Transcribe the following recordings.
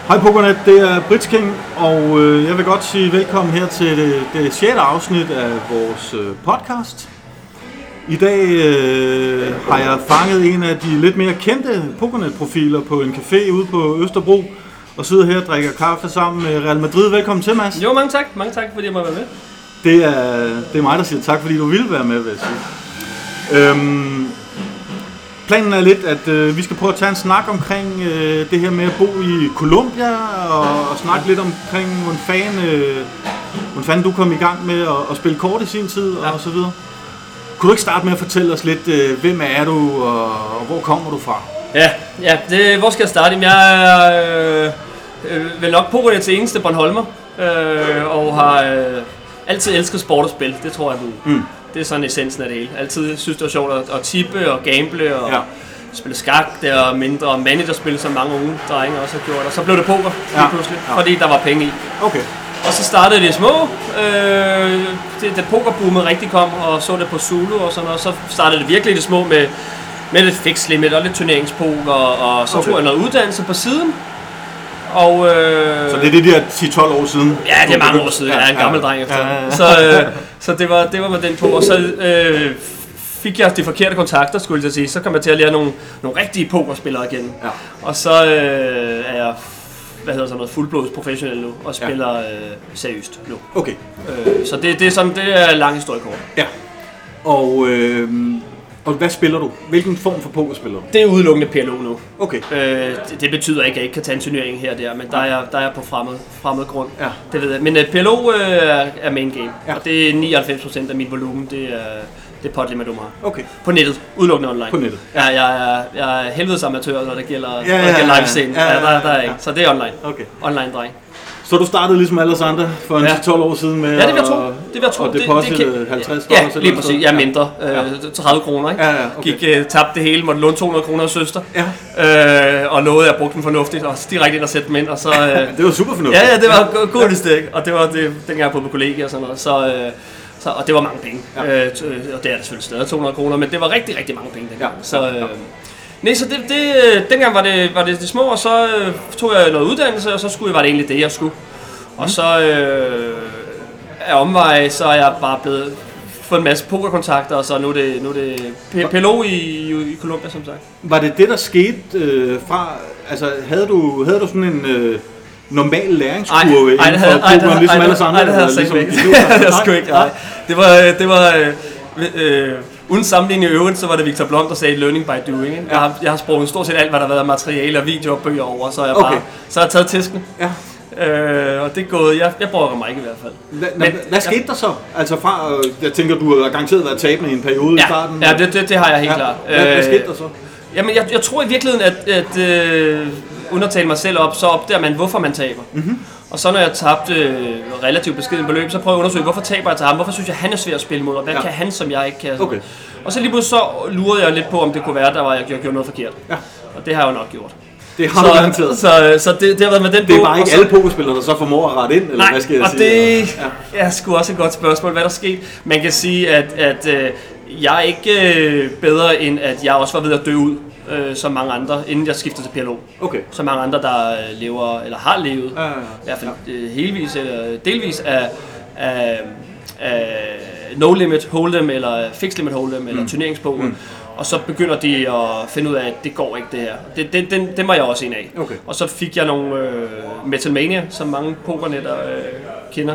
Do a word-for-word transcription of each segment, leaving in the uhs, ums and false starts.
Hej Pokernet, det er Britsking, og øh, jeg vil godt sige velkommen her til det, det sjette afsnit af vores øh, podcast. I dag øh, har jeg fanget en af de lidt mere kendte Pokernet-profiler på en café ude på Østerbro, og sidder her og drikker kaffe sammen med Real Madrid. Velkommen til, Mads. Jo, mange tak. Mange tak, fordi jeg må være med. Det er, det er mig, der siger tak, fordi du ville være med, vil jeg sige. Øhm, Planen er lidt, at øh, vi skal prøve at tage en snak omkring øh, det her med at bo i Colombia, og, og snakke lidt omkring, hvordan fanden, øh, hvordan fanden du kom i gang med at, at spille kort i sin tid, ja. og så videre. Kunne du ikke starte med at fortælle os lidt, øh, hvem er du, og, og hvor kommer du fra? Ja, ja det, hvor skal jeg starte? Jeg er øh, øh, vel nok Pokernets til eneste Bornholmer, øh, og har øh, altid elsket sport og spil, det tror jeg du. Mm. Det er sådan essensen af det hele. Altid synes det var sjovt at, at tippe og gamble og ja. spille skak der og mindre og managerspil, som mange unge drenge også har gjort. Og så blev det poker lige ja. pludselig, ja. fordi der var penge i. Okay. Og så startede det små. Øh, det, da pokerboomet rigtig kom og så det på Zulu og sådan noget, så startede det virkelig det små med, med lidt fixed limit og lidt turneringspoker. Og, og så okay. tog jeg noget uddannelse på siden. Og, øh, så det er det der ti tolv år siden? Ja, det er mange år siden. Jeg er en gammel ja, dreng efter. Ja, ja, ja. Så, øh, så det var det var med den på. Og så øh, fik jeg de forkerte kontakter, skulle jeg sige. Så kom jeg til at lære nogle, nogle rigtige pokerspillere igen. Ja. Og så øh, er jeg hvad hedder sådan noget, fuldblods professionel nu og spiller ja. øh, seriøst nu. Okay. Øh, så det, det er sådan, det er lang historie kort. Ja. Og øh, Og hvad spiller du? Hvilken form for poker spiller du? Det er udelukkende P L O nu. Okay. Øh, det, det betyder ikke, at jeg ikke kan tage en turnering her og der, men der er jeg, der er jeg på fremmed, fremmed grund. Ja. Det ved jeg. Men uh, P L O øh, er main game, ja. og det er nioghalvfems procent af mit volumen. Det er det pot limit, du har. Okay. På nettet, udelukkende online. På nettet. Ja, jeg er, jeg er helvedes amatør, når det gælder, ja, ja, ja, ja, live-scenen. Ja, ja, ja, ja, der, der er ikke. Så det er online. Okay. Online dreng. Så du startede ligesom alle os andre for en ja. ti tolv år siden med ja, det vil jeg tro. Det vil jeg tro. Og depositte halvtreds dollars? Ja, lige præcis. Jeg er mindre. Ja. tredive kroner, ikke? Ja, ja, okay. Gik, uh, tabte det hele, måtte låne to hundrede kroner af søster. Ja. Uh, og lovede, at jeg brugte den fornuftigt, og direkte ind og sætte dem ind. Og så, uh, det var super fornuftigt. Ja, ja, det var godt stik. Og det var det, dengang jeg boede på kollegie og sådan noget. Så, uh, så, og det var mange penge. Ja. Uh, og det er det selvfølgelig stadig to hundrede kroner, men det var rigtig, rigtig mange penge dengang. Ja. Så, uh, ja. Nej, så det, det, dengang var det, var det de små, og så uh, tog jeg noget uddannelse, og så skulle, var det egentlig det, jeg skulle. Og så øh, af omveje, så er jeg bare blevet fået en masse pokerkontakter, og så nu er det, nu er det P L O i, i Colombia, som sagt. Var det det, der skete øh, fra, altså havde du, havde du sådan en øh, normal læringskurve inden for pokeren, ligesom alle andre? Nej, det havde jeg ligesom, ikke. Jeg skulle ikke, nej. Det var, det var øh, øh, uden sammenligning i øvrigt, så var det Victor Blom, der sagde learning by doing. Ikke? Ja. Jeg, har, jeg har sprunget stort set alt, hvad der har været af materiale og videoer og bøger over, så jeg bare, okay. så har jeg taget tæsken. Ja. Øh, og det er gået, jeg, jeg brokker mig ikke i hvert fald. Hva, Men, hvad skete der så? Altså fra, jeg tænker, du har garanteret været tabende i en periode ja, i starten. Ja, det, det, det har jeg helt ja. klart. Hvad, hvad skete der så? Jamen, jeg, jeg tror i virkeligheden, at, at øh, uden at tale mig selv op, så opdager man, hvorfor man taber. Mm-hmm. Og så når jeg tabte øh, relativt beskeden beløb, så prøver jeg at undersøge, hvorfor taber jeg til ham? Hvorfor synes jeg, han er svær at spille mod, og hvad ja. kan han, som jeg ikke kan? Okay. Og så lige pludselig så lurede jeg lidt på, om det kunne være, at der var, jeg, jeg gjorde noget forkert. Ja. Og det har jeg jo nok gjort. Det har du garanteret. Så, så, så det, det har været med den Det er bare ikke alle pokerspillere, der så formår at rette ind, eller nej, hvad skal jeg og sige? Det ja. er sgu også et godt spørgsmål, hvad der skete. Man kan sige, at, at øh, jeg er ikke øh, bedre, end at jeg også var ved at dø ud, øh, som mange andre, inden jeg skiftede til P L O. Okay. Så mange andre, der lever, eller har levet, ja, ja, ja. i hvert fald øh, helvis eller delvis af, af, af no limit hold'em, eller fixed limit hold'em, mm. eller turneringspoker. Mm. Og så begynder de at finde ud af, at det går ikke det her. Det, det, den, den var jeg også en af. Okay. Og så fik jeg nogle øh, Metal Mania, som mange pokernetter øh, kender.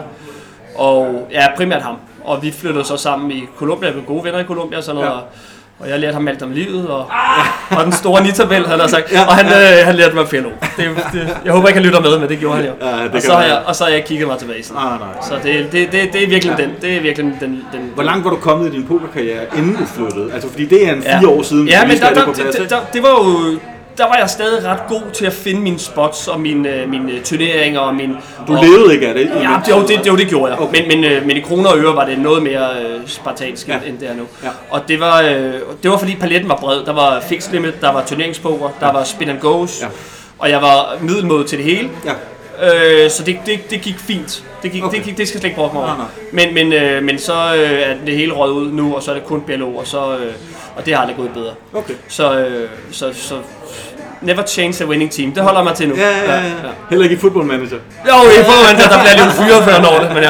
Og ja, primært ham. Og vi flyttede så sammen i Colombia, vi var gode venner i Colombia og sådan noget. Ja. Og jeg lærte ham alt om livet, og, ah! og den store nitabel, han har sagt. Ja, og han, ja. øh, han lærte mig P L O. Det, det, jeg håber ikke, han lytter med, men det gjorde han jo. Ja, og, så har jeg, og så har jeg kigget mig tilbage. Ah, nej. Så det, det, det, det er virkelig ja. den. Det er virkelig den, den. Hvor langt var du kommet i din pokerkarriere, inden du flyttede? Altså, fordi det er en fire ja. år siden, ja, men der, der, det, der, der, det var jo... Der var jeg stadig ret god til at finde mine spots og mine, mine turneringer og min... Du og, levede ikke af det? Ja, det, jo, det, det, det gjorde jeg. Okay. Men, men, men i kroner og øre var det noget mere øh, spartansk ja. end det er nu. Ja. Og det var, øh, det var fordi paletten var bred. Der var fixed limit, der var turneringspoker, der var spin and goes. Ja. Og jeg var middelmåde til det hele. Ja. Øh, så det, det, det gik fint. Det, gik, okay. det, gik, det skal slet ikke brokke mig over. Men, men, øh, men så øh, er det hele røget ud nu, og så er det kun P L O, og, så, øh, og det har aldrig gået bedre. Okay. Så, øh, så, så Never change a winning team. Det holder mig til nu. Ja, ja, ja. ja. Heller ikke i Football Manager. Jo, i Football Manager, der bliver lidt fyret før når det, men ja.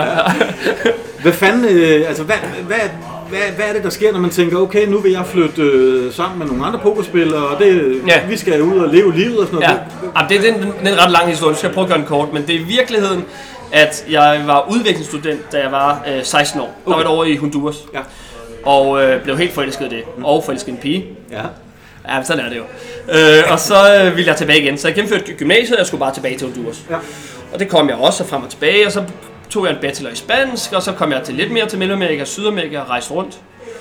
Hvad fanden, øh, altså hvad, hvad, hvad, hvad er det, der sker, når man tænker, okay, nu vil jeg flytte øh, sammen med nogle andre pokerspillere, og det, ja. vi skal ud og leve livet og sådan noget. Ja, ja det, det, er en, det er en ret lang historie, så skal jeg prøve at gøre den kort, men det er i virkeligheden, at jeg var udviklingsstudent, da jeg var øh, seksten år. Okay. Der var et år i Honduras, ja. og øh, blev helt forelsket i det, mm. og forelsket en pige. Ja. Ja, men sådan er det jo. Øh, og så øh, ville jeg tilbage igen, så jeg gennemførte gymnasiet, og jeg skulle bare tilbage til Honduras. Ja. Og det kom jeg også frem og tilbage, og så tog jeg en bachelor i spansk, og så kom jeg til lidt mere til Mellemamerika og Sydamerika og rejste rundt.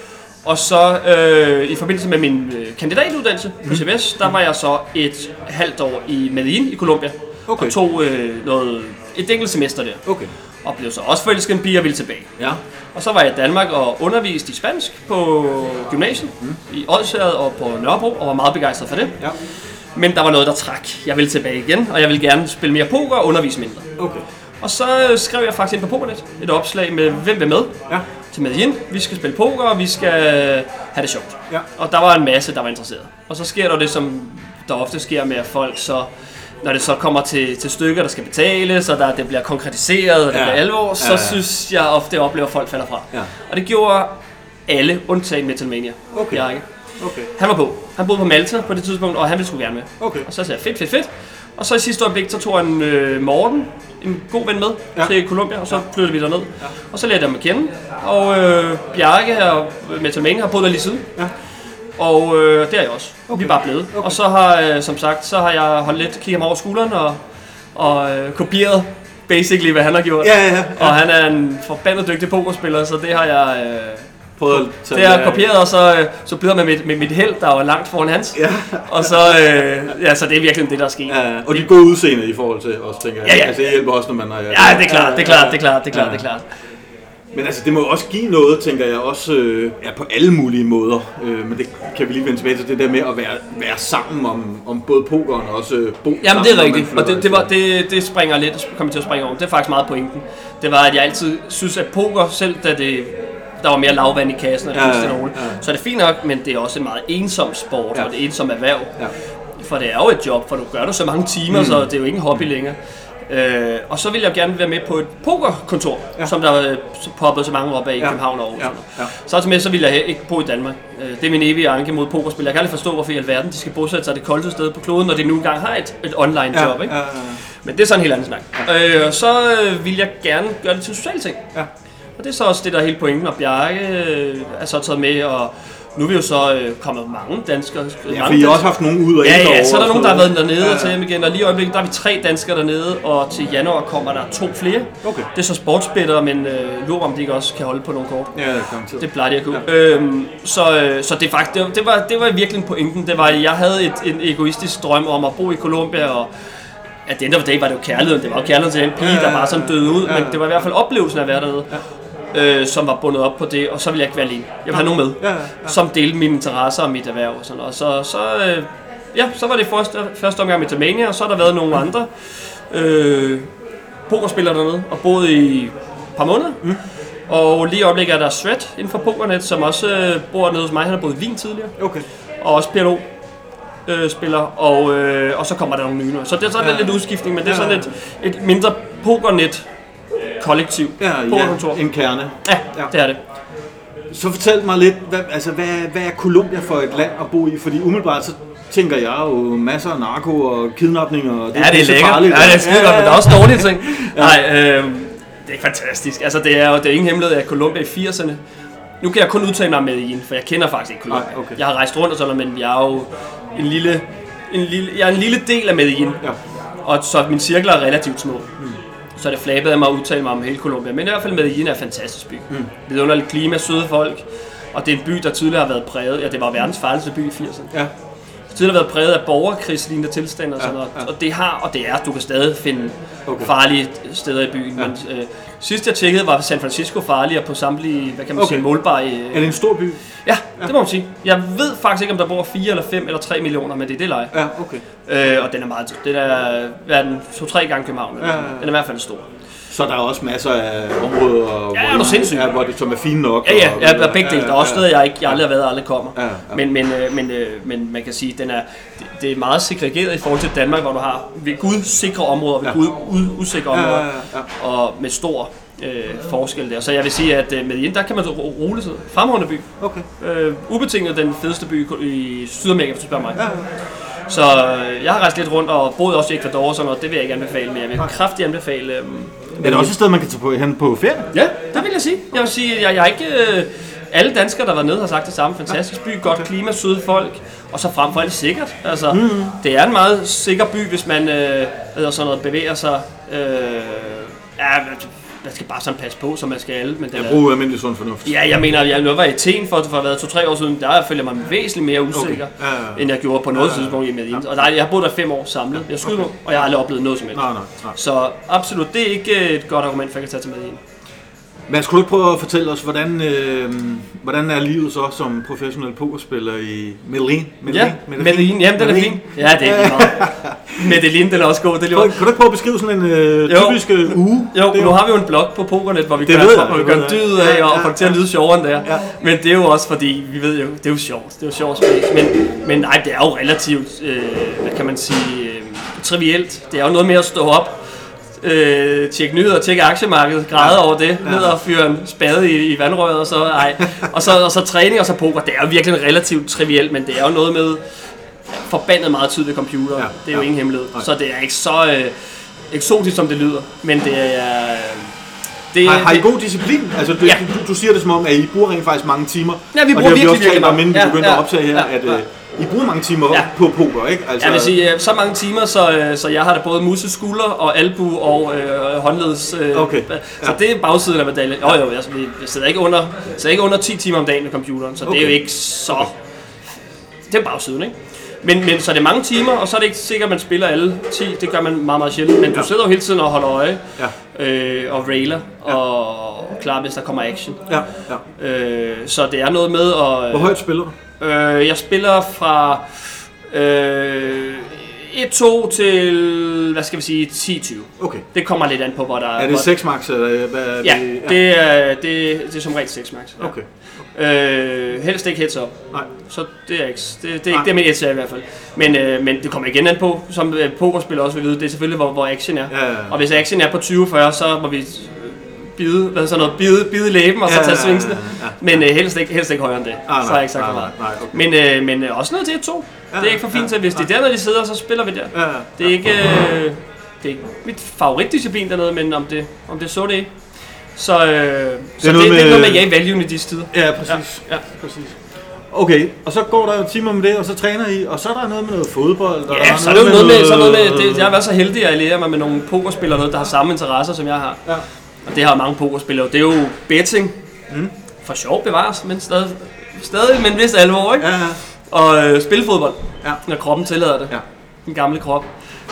Og så øh, i forbindelse med min øh, kandidatuddannelse på C B S, der var jeg så et halvt år i Medellin i Colombia. Okay. Og tog øh, noget, et enkelt semester der. Okay. Og blev så også forelsket en pige og ville tilbage. Ja. Og så var jeg i Danmark og underviste i spansk på gymnasiet mm. i Odsherred og på Nørrebro, og var meget begejstret for det. Ja. Men der var noget, der trak. Jeg ville tilbage igen, og jeg ville gerne spille mere poker og undervise mindre. Okay. Og så skrev jeg faktisk ind på PokerNet et opslag med, hvem vil med ja. til Medellin. Vi skal spille poker, og vi skal have det sjovt. Ja. Og der var en masse, der var interesseret. Og så sker der det, som der ofte sker med, at folk så, når det så kommer til, til stykker, der skal betales, og der, det bliver konkretiseret, og det ja. bliver alvor, så ja, ja. synes jeg ofte, jeg oplever, at folk falder fra. Ja. Og det gjorde alle, undtagen Metalmania. Okay. Jeg, okay. Han var på. Han boede på Malta på det tidspunkt, og han ville sgu gerne med. Okay. Og så sagde jeg, fedt, fedt, fedt. Og så i sidste øjeblik, så tog han øh, Morten, en god ven med, ja. til Colombia, og så flyttede vi derned. Ja. Og så lærte jeg dem at kende. Og øh, Bjarke her, Metalmania, har boet der lige siden. Ja. Og øh, det er jeg også. Okay. Vi er bare blevet. Okay. Og så har, øh, som sagt, så har jeg holdt lidt, kigget ham over skulderen og, og øh, kopieret basically, hvad han har gjort. Ja, ja, ja. Og han er en forbandet dygtig pokerspiller, så det har jeg... Øh, det har jeg kopieret, og så, så byder man med, med mit held, der var langt foran hans. Ja. Og så, øh, ja, så det er virkelig det, der er sket. Ja, og de gode udseende i forhold til os, tænker jeg. Ja, ja. Altså, det hjælper også, når man har... Ja, ja det er klart, det er klart, det er klart, det er klart, det er klart. Men altså, det må også give noget, tænker jeg, også øh, ja, på alle mulige måder. Øh, men det kan vi lige vende tilbage til, det der med at være, være sammen om, om både pokeren og også bo sammen. Jamen, det er rigtigt, og det, det, var, det, det springer lidt, det kommer til at springe over. Det er faktisk meget pointen. Det var, at jeg altid synes, at poker, selv da det... der var mere lavvand i kassen, og det ja, ja, ja. så er det fint nok, men det er også en meget ensom sport, ja. og det er ensom erhverv. Ja. For det er jo et job, for du gør det så mange timer, mm. så det er jo ikke en hobby længere. Øh, og så vil jeg gerne være med på et pokerkontor, ja. som der øh, poppede så mange op af i ja. København og Aarhus. Ja. Ja. Så til med, så vil jeg ikke bo i Danmark. Øh, det er min evige anke mod pokerspil. Jeg kan aldrig forstå, hvorfor i alverden de skal bosætte sig det koldeste sted på kloden, når de nu engang har et, et online job. Ja. Ikke? Ja, ja, ja. Men det er sådan en helt anden snak. Ja. Øh, så øh, vil jeg gerne gøre det til sociale ting. Ja. Og det er så også det, der er hele pointen, og Bjarke øh, er så taget med, og nu er vi jo så øh, kommet mange danskere. Ja, mange for I har også haft nogen ud og ja, ja, så er der nogen, der har været dernede ja, ja. og til hjem igen, og lige i øjeblikket, der er vi tre danskere dernede, og til januar kommer der to flere. Okay. Det er så sportsbitter, men øh, lurer om de ikke også kan holde på nogle kort. Ja, det er det plejer de at gå. Ja. Øhm, så, øh, så det, faktisk, det, det, var, det var virkelig en pointen. Det var, jeg havde et, en egoistisk drøm om at bo i Colombia, og at the end of the day var det jo kærligheden. Det var jo kærligheden til den pige, ja, ja, ja, der bare sådan døde ud, ja, ja. men det var i hvert fald oplevelsen af at være dernede. Ja. Øh, som var bundet op på det, og så ville jeg ikke være alene. Jeg ville have nogen med, ja, ja, ja. som delte mine interesser og mit erhverv og sådan noget. Så, så, øh, ja, så var det første, første omgang med Metalmania, og så har der været nogle andre øh, pokerspillere dernede, og boet i et par måneder. Mm. Og lige i øjeblikket er der Shred inden for PokerNet, som også øh, bor nede hos mig. Han har boet i Wien tidligere, okay. og også P L O. Øh, spiller, og, øh, og så kommer der nogle nye. Så det er sådan ja. lidt udskiftning, men det er sådan et, et mindre PokerNet kollektiv. Ja, ja, en kerne. Ja, ja, det er det. Så fortæl mig lidt, hvad, altså, hvad, hvad er Colombia for et land at bo i? Fordi umiddelbart så tænker jeg jo masser af narko og kidnapninger. Og det, ja, det er, det er lækkert. Farligt. Ja, det er skide godt, men der er også dårlige ting. ja. Nej, øh, det er fantastisk. Altså, det er jo det er ingen hemmelighed af Colombia i firserne. Nu kan jeg kun udtale mig om Medellin, for jeg kender faktisk ikke Colombia. Ah, okay. Jeg har rejst rundt og sådan, men jeg er jo en lille, en lille, jeg er en lille del af Medellin. Ja. Og så mine cirkler er relativt små. Mm. Så det flabede af mig at udtale mig om hele Colombia. Men i hvert fald Medellin er en fantastisk by. Mm. Det er underligt klima, søde folk. Og det er en by, der tidligere har været præget. Ja, det var verdens farligste by i firserne. Ja. Tidligere har været præget af borgerkrigslignende tilstande og sådan noget. Ja, ja. Og det har, og det er, du kan stadig finde okay. farlige steder i byen. Ja. Men øh, sidst jeg tjekkede, var San Francisco farligere på samtlige, hvad kan man okay. sige, målbare. Øh, er det en stor by? Ja, ja, det må man sige. Jeg ved faktisk ikke, om der bor fire eller fem eller tre millioner, men det er det leje. Ja, okay. Øh, og den er meget, den er, hvad er den, to-tre gange København. Ja, ja, ja. Den er i hvert fald stor. Så der er også masser af områder, ja, hvor, I, ja, hvor det som er fint nok. Ja, ja, ja, ja begge dele. Der er også steder, jeg, ikke, jeg aldrig har været og aldrig kommer. Ja, ja. Men, men, men, men man kan sige, at den er, det er meget segregeret i forhold til Danmark, hvor du har ved Gud sikre områder, ved ja. Gud ud, usikre områder, ja, ja, ja. Og med stor øh, forskel der. Så jeg vil sige, at øh, Medellin, der kan man rule sig. Fremragende by. Okay. Øh, ubetinget den fedeste by i Sydamerika, hvis du spørger mig. Ja, ja. Så øh, jeg har rejst lidt rundt og boet også i Ecuador og sådan noget. Det vil jeg ikke anbefale, men jeg vil kraftigt anbefale. Øh, er det også et sted, man kan tage på, hen på ferie? Ja, det vil jeg sige. Jeg vil sige, jeg, jeg er ikke... Øh, alle danskere, der var nede, har sagt det samme. Fantastisk by, godt klima, søde folk, og så frem for alt sikkert. Altså, mm-hmm. Det er en meget sikker by, hvis man øh, ved sådan noget, bevæger sig. Øh, ja, man skal bare sådan passe på, som man skal alle. Men jeg bruger almindelig sund fornuft. Ja, jeg mener, jeg var i Athen for, for at være to-tre år siden. Der følte jeg mig væsentligt mere usikker, okay. ja, ja, ja. end jeg gjorde på noget ja, ja, ja. tidspunkt i Medellin. Og der, jeg har boet der fem år samlet. Jeg skyder okay. og jeg har aldrig oplevet noget som helst. Nej, nej, nej. Så absolut, det er ikke et godt argument for at tage til Medellin. Men skulle du ikke prøve at fortælle os, hvordan, øh, hvordan er livet så som professionel pokerspiller i Medellin? Medellin? Ja, Medellin, jamen den er fin. Ja, det er ikke meget. Medellin, den er også god. Det er kan du ikke prøve at beskrive sådan en øh, typisk øh, uge? Jo, nu har vi jo en blog på Pokernet, hvor vi det gør, hvor vi gør en dyd af ja, og får det til at lyde sjovere end det er. Ja. Men det er jo også fordi, vi ved jo, det er jo sjovt. Det er jo sjovt spil. Men, men nej, det er jo relativt, øh, hvad kan man sige, øh, trivielt. Det er jo noget med at stå op, Øh, tjekke nyheder, tjekke aktiemarkedet, græde over det, ja. ned og fyre en spade i, i vandrøret, og så, ej. og, så, og så træning og så poker. Det er jo virkelig relativt trivielt, men det er jo noget med forbandet meget tid ved computer. Ja. Det er jo ja. ingen hemmelighed. Nej. Så det er ikke så øh, eksotisk, som det lyder, men det er... Det, har, har I god disciplin? Altså, du, ja. du, du siger det som om, at I bruger rent faktisk mange timer. Ja, vi bruger og det virkelig, har vi også talt om, inden vi ja, begyndte ja, at optage her, ja, at ja. I bruger mange timer ja. på poker, ikke? Altså, jeg vil sige, så mange timer, så, så jeg har da både musse, skulder og albu og øh, håndleds. Øh, okay. Så ja. det er bagsiden af medaljen. Jo jo, jeg, jeg sidder ikke under, sidder ikke under ti timer om dagen med computeren, så okay. det er jo ikke så... Okay. Det er bagsiden, ikke? Men, men så er det mange timer, og så er det ikke sikkert, at man spiller alle ti. Det gør man meget, meget sjældent. Men ja. du sidder jo hele tiden og holder øje ja. øh, og railer ja. og klar, hvis der kommer action. Ja. Ja. Øh, så det er noget med at... Hvor højt spiller du? Øh, jeg spiller fra øh, et to til, hvad skal vi sige, ti tyve. Okay. Det kommer lidt an på, hvor der er... Er det seks max, eller hvad er det? Ja, det er, det, det er som regel seks max. Ja. Okay. Øh, helst ikke heads up. Nej. Så det er ikke det, det, er ikke det med et i hvert fald. Men, øh, men det kommer igen an på, som pokerspiller også vil vide, det er selvfølgelig, hvor, hvor action er. Ja, ja, ja. Og hvis action er på tyve fyrre, så må vi... bide, hvad sådan noget, bide, bide læben og så ja, tage svingsene. Ja, ja, ja. Men øh, helst, ikke, helst ikke højere end det. Ah, nej, så har jeg ikke sagt for meget. Nej, okay. Men, øh, men øh, også noget til et to. Ja, det er ikke for fint ja, til, hvis ja. det er der, når de sidder, så spiller vi der. Ja, ja, det er ikke øh, det er ikke mit favoritdisciplin dernede, men om det, om det så det ikke. Så, øh, det, så det, med, det er noget med ja i value i de tider. Ja, præcis. Ja, ja. præcis. Okay, og så går der jo timer med det, og så træner I, og så er der noget med noget fodbold. Der ja, er så er det jo noget med, så noget med det, jeg har været så heldig at lære mig med nogle pokerspillere, noget, der har samme interesser, som jeg har. Ja. Og det har mange pokerspillere. Det er jo betting. Mm. For sjov bevares, men stadig, stadig med en vis alvor, ikke? Ja, ja. Og øh, spille fodbold, ja. når kroppen tillader det. Ja. Den gamle krop.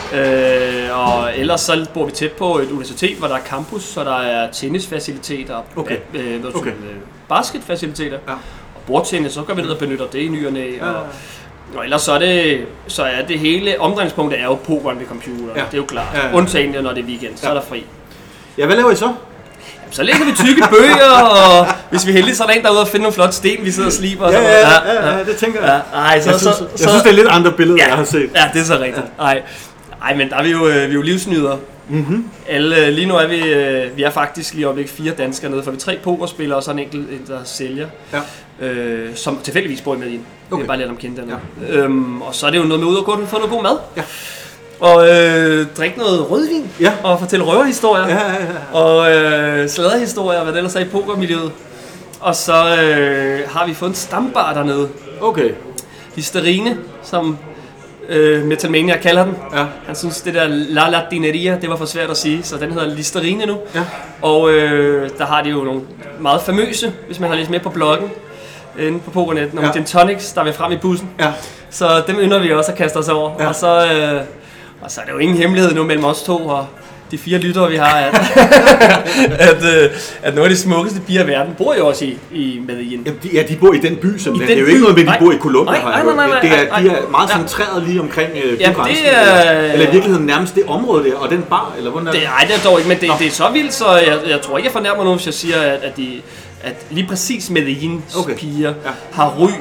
Øh, og ellers så bor vi tæt på et universitet, hvor der er campus, så der er tennisfaciliteter, okay. øh, øh, okay. basketfaciliteter, ja. og bordtennis, så går vi ned og benytter det i ny og næ. Ja. Og, og ellers så er det, så er det hele omdrejningspunktet er jo pokeren ved computeren, ja. det er jo klart. Ja, ja. Undtagen når det er weekend, så ja. er der fri. Ja, hvad laver I så? Så læser vi tykke bøger, og hvis vi er heldige, så er der en derude og finder nogle flotte sten, vi sidder og sliber. Og ja, ja, ja, ja, ja, det tænker jeg. Ja, ej, så, jeg, synes, så, jeg så, synes, det er lidt andre billeder, ja, jeg har set. Ja, det er så rigtigt. Ja. Ej. Ej, men der er vi jo, vi er jo livsnydere. Mm-hmm. Alle, lige nu er vi, vi er faktisk lige oppe fire danskere nede, for vi er tre pokerspillere og så en enkelt, der sælger, ja. øh, som tilfældigvis bor i Medellin. Okay. Vi er bare lidt om kendt dernede. Ja. Øhm, og så er det jo noget med ud og gå og få noget god mad. Ja. Og øh, drikke noget rødvin, ja. og fortælle røverhistorier, ja, ja, ja. og øh, sladderhistorier, hvad det ellers er i pokermiljøet. Og så øh, har vi fået en stambar dernede. Okay. Listerine, som øh, Metalmania kalder den. Ja. Han synes, det der La Latineria, det var for svært at sige, så den hedder Listerine nu. Ja. Og øh, der har de jo nogle meget famøse, hvis man har læst med på bloggen, inde på Pokernet, nogle ja. gin tonics, der vil frem i bussen. Ja. Så dem ynder vi også at kaste os over. Ja. Og så... Øh, Og så er det jo ingen hemmelighed nu mellem os to, og de fire lyttere, vi har, at, at, øh, at nogle af de smukkeste piger i verden bor jo også i, i Medellin. Jamen, de, ja, de bor i den by, som I det, den det er jo by. ikke noget med, at de Nej. bor i Colombia. Nej, nej, nej, nej, nej, det er, nej, de er meget ja. centreret lige omkring øh, Ja, bygrænsen. det er- Eller, eller i virkeligheden nærmest det område der, og den bar, eller hvordan er Det, det? nej, det er dog ikke, men det, det er så vildt, så jeg, jeg tror ikke, jeg fornærmer nogen, hvis jeg siger, at, at, de, at lige præcis Medellins Okay. piger Ja. har ry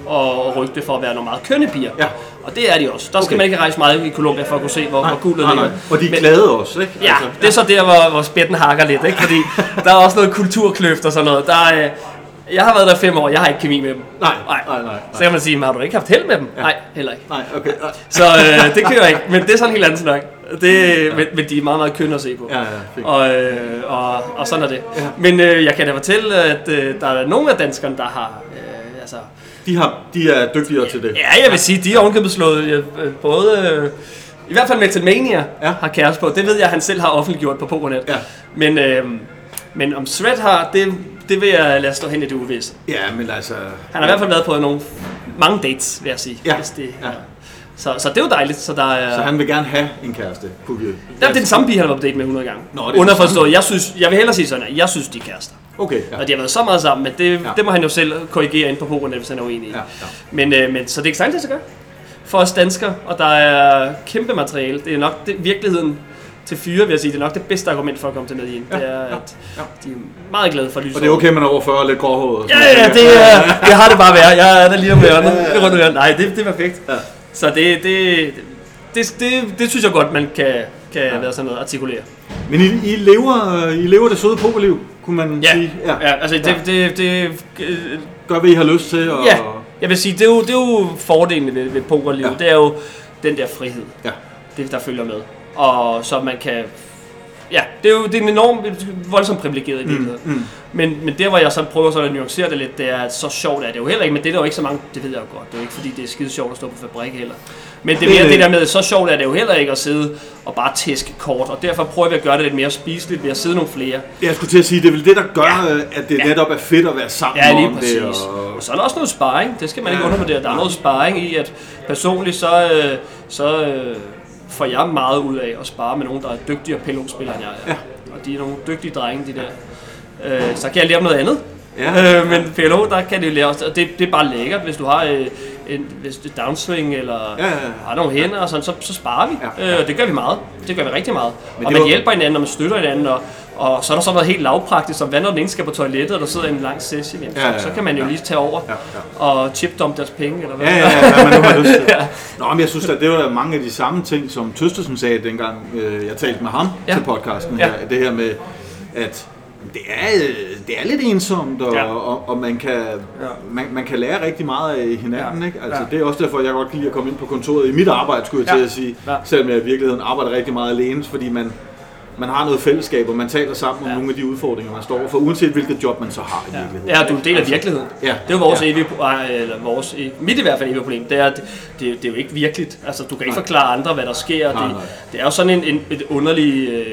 og rygte for at være nogle meget kønne piger. Ja. Og det er de også. Der skal Okay. man ikke rejse meget i Colombia for at kunne se, hvor, hvor guldet nej, ligger. nej. Og de er Men- glade også, ikke? Ja, det er så der, hvor, hvor spætten hakker lidt, ikke? Fordi der er også noget kulturkløft og sådan noget. Der er, øh, jeg har været der fem år, jeg har ikke kemi med dem. Nej, nej, nej. nej. Så kan man sige, men har du ikke haft held med dem? Ja. Nej, heller ikke. Nej, okay. Nej. Så øh, det kører ikke, men det er sådan en helt anden snak. Det, men, men de er meget, meget kønne at se på. Ja, ja, fint. Og, øh, og, og sådan er det. Ja. Men øh, jeg kan da fortælle, at øh, der er nogle af danskerne, der har... Øh, altså, De, har, de er dygtigere til det. ja, jeg vil sige, de har ovenkøbet slået øh, både... Øh, I hvert fald Metalmania Ja. har kæreste på. Det ved jeg, at han selv har offentliggjort på Pokernet. Ja. Men, øh, men om Shred har, det, det vil jeg lade stå hen i det uvisse. Ja, men altså... Han har i hvert fald været på nogle, mange dates, vil jeg sige. Ja. Hvis det, Ja. Så, så det er jo dejligt. Så, der er, Så han vil gerne have en kæreste, kunne vi... Ja, det er den samme pige, han har været på date med hundrede gange. Nå, det er den Underforstået. Jeg, synes, jeg vil hellere sige sådan, at jeg synes, de er kærester. Okay, Ja. ja. Og de har været så meget sammen, men det, Ja. ja. det må han jo selv korrigere ind på Pokernet, hvis han er uenig i. Ja, ja. Men, øh, men, så det er ikke sandt, det skal gøre for os danskere, og der er kæmpe materiale. Det er nok det, virkeligheden til fyre, vil jeg sige. Det er nok det bedste argument for at komme til Medellin. Ja, Det er, ja, at ja. de er meget glade for lyset. Og det er okay, man er over fyrre og lidt gråhåret. og Ja, sådan ja, noget. det, er, det har det bare været. Jeg er der lige om hjørnet. Det er rundt om hjørnet. Nej, det, det er perfekt. Ja. Så det, det, det, det, det synes jeg godt, man kan, kan ja. være sådan noget artikulere. Men I, I, lever, I lever det søde pokerliv, kunne man Ja, sige. ja. ja altså det, Ja. det, det, det Gør, hvad I har lyst til. Og... ja, jeg vil sige, det er jo, det er jo fordelen ved, ved pokerliv. Ja. Det er jo den der frihed, Ja. det der følger med. Og så man kan... Ja, det er jo det er en enormt voldsomt privilegeret i virkeligheden. Mm, mm. Men, men der, hvor jeg så prøver så at nuancere det lidt, det er, at så sjovt er det jo heller ikke. Men det er der jo ikke så mange, det ved jeg jo godt. Det er jo ikke, fordi det er skide sjovt at stå på fabrik heller. Men det er mere Det- det der med, så sjovt er det jo heller ikke at sidde og bare tæske kort. Og derfor prøver vi at gøre det lidt mere spiseligt ved at sidde nogle flere. Jeg skulle til at sige, det er vel det, der gør, Ja. ja. at det Ja. netop er fedt at være sammen Ja, lige om præcis. det. Og... Og... så er der også noget sparring. Det skal man Ja, ikke undervurdere. Der er ja. noget sparring i, at personligt så, øh, så øh, får jeg meget ud af at spare med nogen, der er dygtigere P L O-spillere end jeg er. Ja. Og de er nogle dygtige drenge, de der. Øh, så kan jeg lære dem noget andet. Ja. Øh, men P L O, der kan det jo lære os, og det, det er bare lækkert, hvis du har øh, en hvis det er downswing, eller Ja, ja, ja. har nogle hænder og sådan, så, så sparer vi. Ja, ja. Øh, og det gør vi meget. Det gør vi rigtig meget. Men Og det man var- hjælper hinanden, og man støtter hinanden, og, og så er der så noget helt lavpraktisk, som hvad når den ene skal på toilettet, og der sidder en lang session, jamen, Ja, ja, ja. så, så kan man jo lige tage over Ja, og chipdump deres penge, eller hvad. Ja, ja, ja, hvad man nu har lyst til. Ja. Nå, men jeg synes, at det var mange af de samme ting, som Tøstesen sagde dengang, øh, jeg talte med ham Ja. til podcasten Ja. her. Det her med, at det er, øh, det er lidt ensomt, og, Ja. og, og man, kan, man, man kan lære rigtig meget af hinanden. Ja. Ikke? Altså, Ja. Det er også derfor, jeg godt kan lide at komme ind på kontoret i mit arbejde, skulle jeg Ja. til at sige. Ja. Selvom jeg i virkeligheden arbejder rigtig meget alene, fordi man, man har noget fællesskab, og man taler sammen om Ja. nogle af de udfordringer, man står for, uanset hvilket job man så har i Ja. virkeligheden. Ja, du er en del af virkeligheden. Ja. Det er jo vores Ja. evige, ej, eller vores, mit i hvert fald evige problem, det er, at det, det, det er jo ikke virkeligt. Altså, du kan ikke Nej. forklare andre, hvad der sker. Nej, det, nej. det er jo sådan en, en et underlig, øh,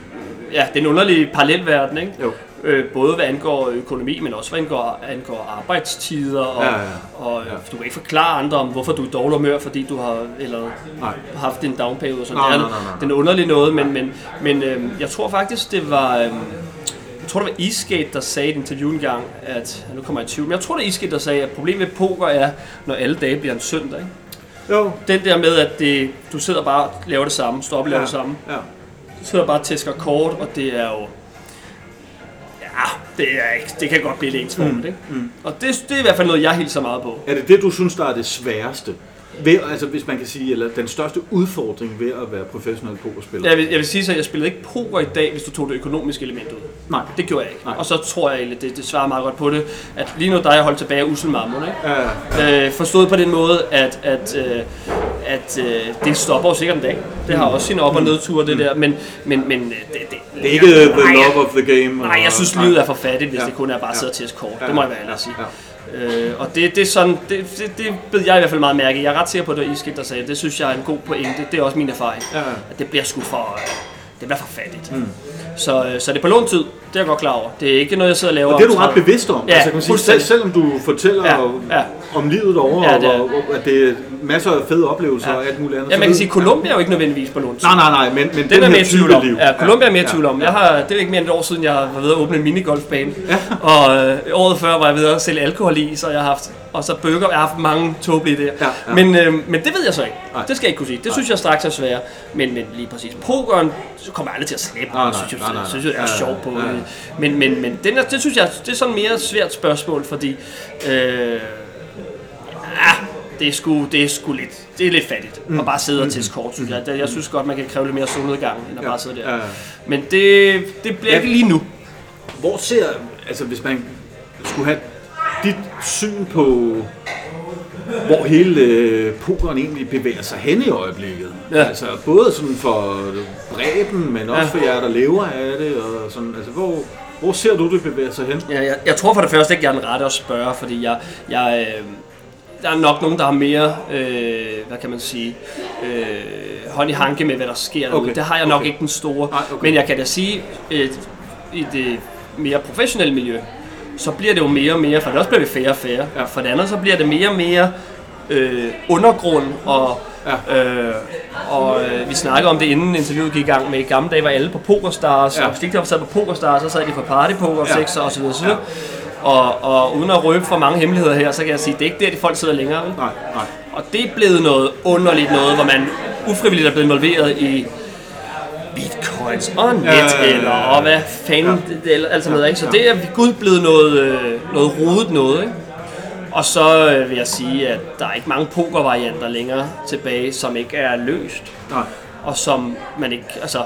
ja, det er en underlig parallelverden, ikke? Jo. Øh, både hvad angår økonomi, men også hvad angår, angår arbejdstider, og, Ja, ja. og Ja. du kan ikke forklare andre om, hvorfor du er i dårlig humør, fordi du har eller Nej. haft en downperiode. Så Nej, det er, nej, nej, nej. den er underlig noget, men, men, men øh, jeg tror faktisk, det var... Øh, jeg tror, det var Eastgate, der sagde i et interview en gang, at, nu kommer jeg i tvivl, men jeg tror, det var Eastgate, der sagde, at problemet med poker er, når alle dage bliver en søndag. Ikke? Jo. Den der med, at det, du sidder bare og laver det samme, står op og laver Ja. det samme. Ja. Du sidder bare og tæsker kort, og det er jo... Ja, det, er ikke, det kan godt blive lidt ensformet, ikke? mm. Og det, det er i hvert fald noget, jeg hilser meget på. Er det det, du synes, der er det sværeste? Ved, altså, hvis man kan sige, eller den største udfordring ved at være professionel pokerspiller? Jeg vil, jeg vil sige så, at jeg spillede ikke poker i dag, hvis du tog det økonomiske element ud. Nej. Det gjorde jeg ikke. Nej. Og så tror jeg egentlig, det, det svarer meget godt på det, at lige nu der er jeg holdt tilbage af usel mammon, ikke? Ja, Øh, forstået på den måde, at, at, øh, at øh, det stopper jo sikkert en dag. Det har også sine op- og nedture, det der, men, men, men øh, det, det, det er ikke the nej, love of the game? Nej, jeg synes, og- livet er for fattigt, hvis Ja. det kun er bare at sidde og tæske kort. Ja. Det må jeg være ærlig at sige. Ja. Øh, og det, det er sådan, det, det, det bed jeg i hvert fald meget mærke. Jeg er ret sikker på, at det var Iskild, der sagde, det synes jeg er en god pointe. Det er også min erfaring. Ja. At det bliver sgu for, øh, det bliver for fattigt. Mm. Så, så det er på låntid, det er jeg godt klar over. Det er ikke noget, jeg sidder og laver. Og det er du ret bevidst om. Ja, altså, kan man sige, selv, selvom du fortæller ja, ja. om livet derovre, ja, det og, og at det er masser af fede oplevelser ja. og alt muligt andet. Ja, man kan sige, at Colombia er jo ikke nødvendigvis på låntid. Nej, nej, nej, men, men den, den er mere tvivl om. liv. Ja, Colombia er mere tvivl om. Jeg har, det er ikke mere end et år siden, jeg var ved at åbne en minigolfbane. Ja. Og øh, året før var jeg ved at sælge alkohol i, så jeg har haft, og så burger, jeg har haft mange tåbelige idéer. Ja, ja. Men, øh, men det ved jeg så ikke. Nej. Det skal jeg ikke kunne sige. Det nej. synes jeg straks er svært. Men, men lige præcis pokeren, så kommer jeg aldrig til at slippe. Nej, nej, synes jeg, nej, nej. synes jeg er ja, sjov på. Ja, ja. Men, men, men den er, det synes jeg, det er sådan mere svært spørgsmål, fordi øh, ja, det er sgu, det er sgu lidt, det er lidt fattigt mm. at bare sidde og teste kort, synes jeg. Jeg synes godt, man kan kræve lidt mere solnedgang, end at ja, bare sidde der. Ja, ja. Men det, det bliver ja. ikke lige nu. Hvor ser, altså hvis man skulle have dit syn på, hvor hele øh, pokeren egentlig bevæger sig hen i øjeblikket. Ja. Altså både sådan for bredden, men også ja. for jer, der lever af det. Og sådan, altså, hvor, hvor ser du det bevæger sig hen? Ja, jeg, jeg tror for det første ikke, jeg er den rette at spørge, fordi jeg, jeg, øh, der er nok nogen, der har mere, øh, hvad kan man sige, øh, hånd i hanke med, hvad der sker derude. Okay. Det har jeg nok okay. ikke den store. Nej, okay. Men jeg kan da sige, øh, i det mere professionelle miljø, så bliver det jo mere og mere, for det også bliver det færre og færre. Ja. For det andet, så bliver det mere og mere øh, undergrund, og, ja. øh, og øh, vi snakkede om det, inden interviewet gik i gang med. I gamle dage var alle på PokerStars, ja. og hvis de ikke sad på PokerStars, så sad de på partypoker, ja. sexer osv. Ja. Og, og uden at røbe for mange hemmeligheder her, så kan jeg sige, at det er ikke der, de folk sidder længere. Vel? Nej, nej. Og det er blevet noget underligt noget, hvor man ufrivilligt er blevet involveret i bitcoins og net, ja, eller og hvad fanden, ja. det, altså noget, ikke? Så det er ved Gud blevet noget, noget rodet noget, ikke? Og så vil jeg sige, at der er ikke mange pokervarianter længere tilbage, som ikke er løst. Nej. Og som man ikke, altså,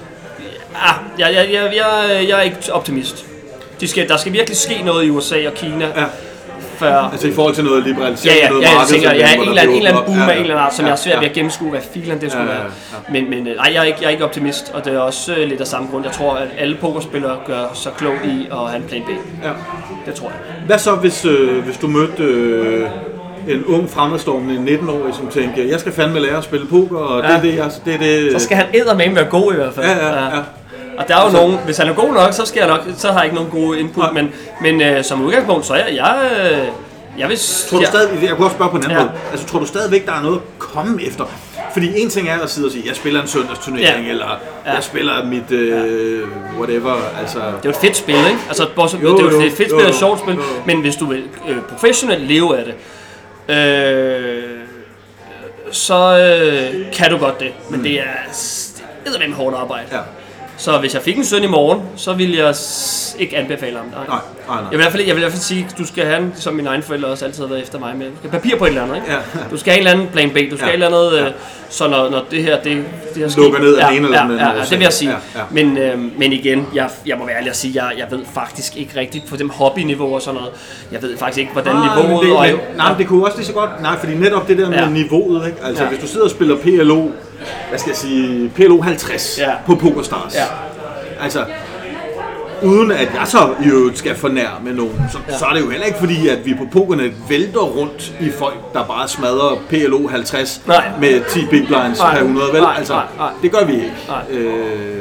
ja, jeg, jeg, jeg, jeg, jeg er ikke optimist. De skal, der skal virkelig ske noget i U S A og Kina. Ja. Før. Altså i forhold til noget liberalisering, ja, ja, noget ja, marked, tænker, ja, en eller anden, en eller anden boom af ja, ja, en eller anden art, som ja, jeg er svært ved at gennemskue, hvad filen det skulle ja, ja, ja. være. Men, men nej, jeg er, ikke, jeg er ikke optimist, og det er også uh, lidt af samme grund. Jeg tror, at alle pokerspillere gør så klogt i at have en plan B. Ja. Det tror jeg. Hvad så, hvis, øh, hvis du mødte øh, en ung fremadstormende nitten-årig, som tænker, jeg skal fandme lære at spille poker, og ja. det er det, jeg, det, er det... Så skal han eddermame være god i hvert fald. Ja, ja, ja. ja. Og der er jo altså, nogen, hvis han er god nok, så skal jeg nok, så har jeg ikke nogen gode input, ja. men, men øh, som udgangspunkt, så er jeg, jeg øh, Jeg vil, tror du stadig, jeg kunne også spørge på en anden ja. måde. Altså, tror du stadigvæk, der er noget at komme efter? Fordi en ting er at sidde og sige, jeg spiller en søndagsturnering, ja. eller ja. jeg spiller mit øh, whatever. Altså. Det er jo et fedt spil, ikke? Altså, jo, det er jo et fedt spil og et sjovt spil, jo. Men hvis du vil øh, professionelt leve af det, øh, så øh, kan du godt det. Men mm. det er eddermame hårdt arbejde. Ja. Så hvis jeg fik en søn i morgen, så ville jeg ikke anbefale ham. Nej. Nej, nej, nej. Jeg vil i hvert fald, jeg vil i hvert fald sige, at du skal have, som mine egne forældre også altid har været efter mig med, du skal have papir på et eller andet, ikke? Ja, ja. Du skal have en eller anden plan B, du skal ja, have et eller andet, ja. så når, når det her, det, det her sker... Lukker ned af ja, en eller anden... Ja, ja, ja, det vil jeg sige. Ja, ja. Men, øh, men igen, jeg, jeg må være ærlig at sige, jeg, jeg ved faktisk ikke rigtigt på dem hobbyniveau og sådan noget. Jeg ved faktisk ikke, hvordan ah, niveauet... Det, og, men, nej, ja. det kunne også lige så godt... Nej, fordi netop det der med ja. niveauet, ikke? Altså, ja. hvis du sidder og spiller P L O, hvad skal jeg sige, P L O halvtreds ja. på PokerStars. Ja. Altså, uden at jeg så jo skal fornærme nogen, så, ja. så er det jo heller ikke fordi, at vi på Pokernet vælter rundt i folk, der bare smadrer P L O halvtreds nej. med ti big blinds per hundrede, vel? Nej, altså, nej, nej. det gør vi ikke. Øh...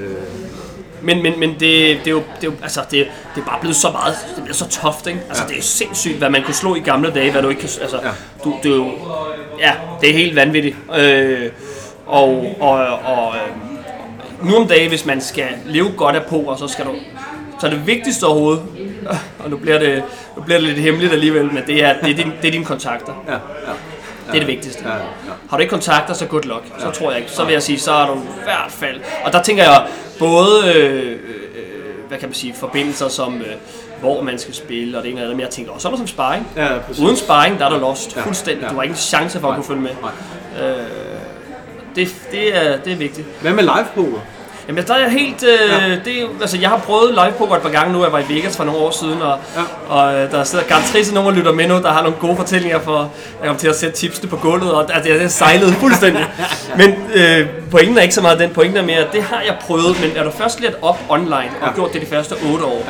Men, men, men det, det, er jo, det, er jo, altså det, det er bare blevet så meget, det bliver så tough, ikke? Altså, ja. det er sindssygt, hvad man kunne slå i gamle dage, hvad du ikke kan, altså, ja. du, det er jo, ja, det er helt vanvittigt. Øh, og, og, og nu om dagen, hvis man skal leve godt af poker, så skal du, så er det vigtigste overhovedet, og nu bliver det, nu bliver det lidt hemmeligt alligevel, men det er, det er, din, det er dine kontakter. Ja, ja, ja. Det er det vigtigste. Ja, ja. Har du ikke kontakter, så good luck. Så ja. tror jeg ikke. Så vil jeg sige, så er du i hvert fald. Og der tænker jeg både, øh, øh, hvad kan man sige, forbindelser som, øh, hvor man skal spille, og det ene eller andet, men jeg tænker også sådan noget som sparring. Ja, uden sparring, der er du lost ja, fuldstændig. Ja. Du har ingen chance for at kunne følge med. Øh, det, det, er, det er vigtigt. Hvad med live poker? Jamen der er jeg helt, øh, ja. det, altså jeg har prøvet live poker et par gange nu, jeg var i Vegas for nogle år siden, og, ja. og øh, der sidder garanteret nogen, der lytter med nu, der har nogle gode fortællinger for, jeg kom til at sætte tipsene på gulvet, og altså, jeg sejlede fuldstændig. Men øh, pointen er ikke så meget den, pointen er mere, det har jeg prøvet, men er du først lært op online og ja. gjort det de første otte år, ja.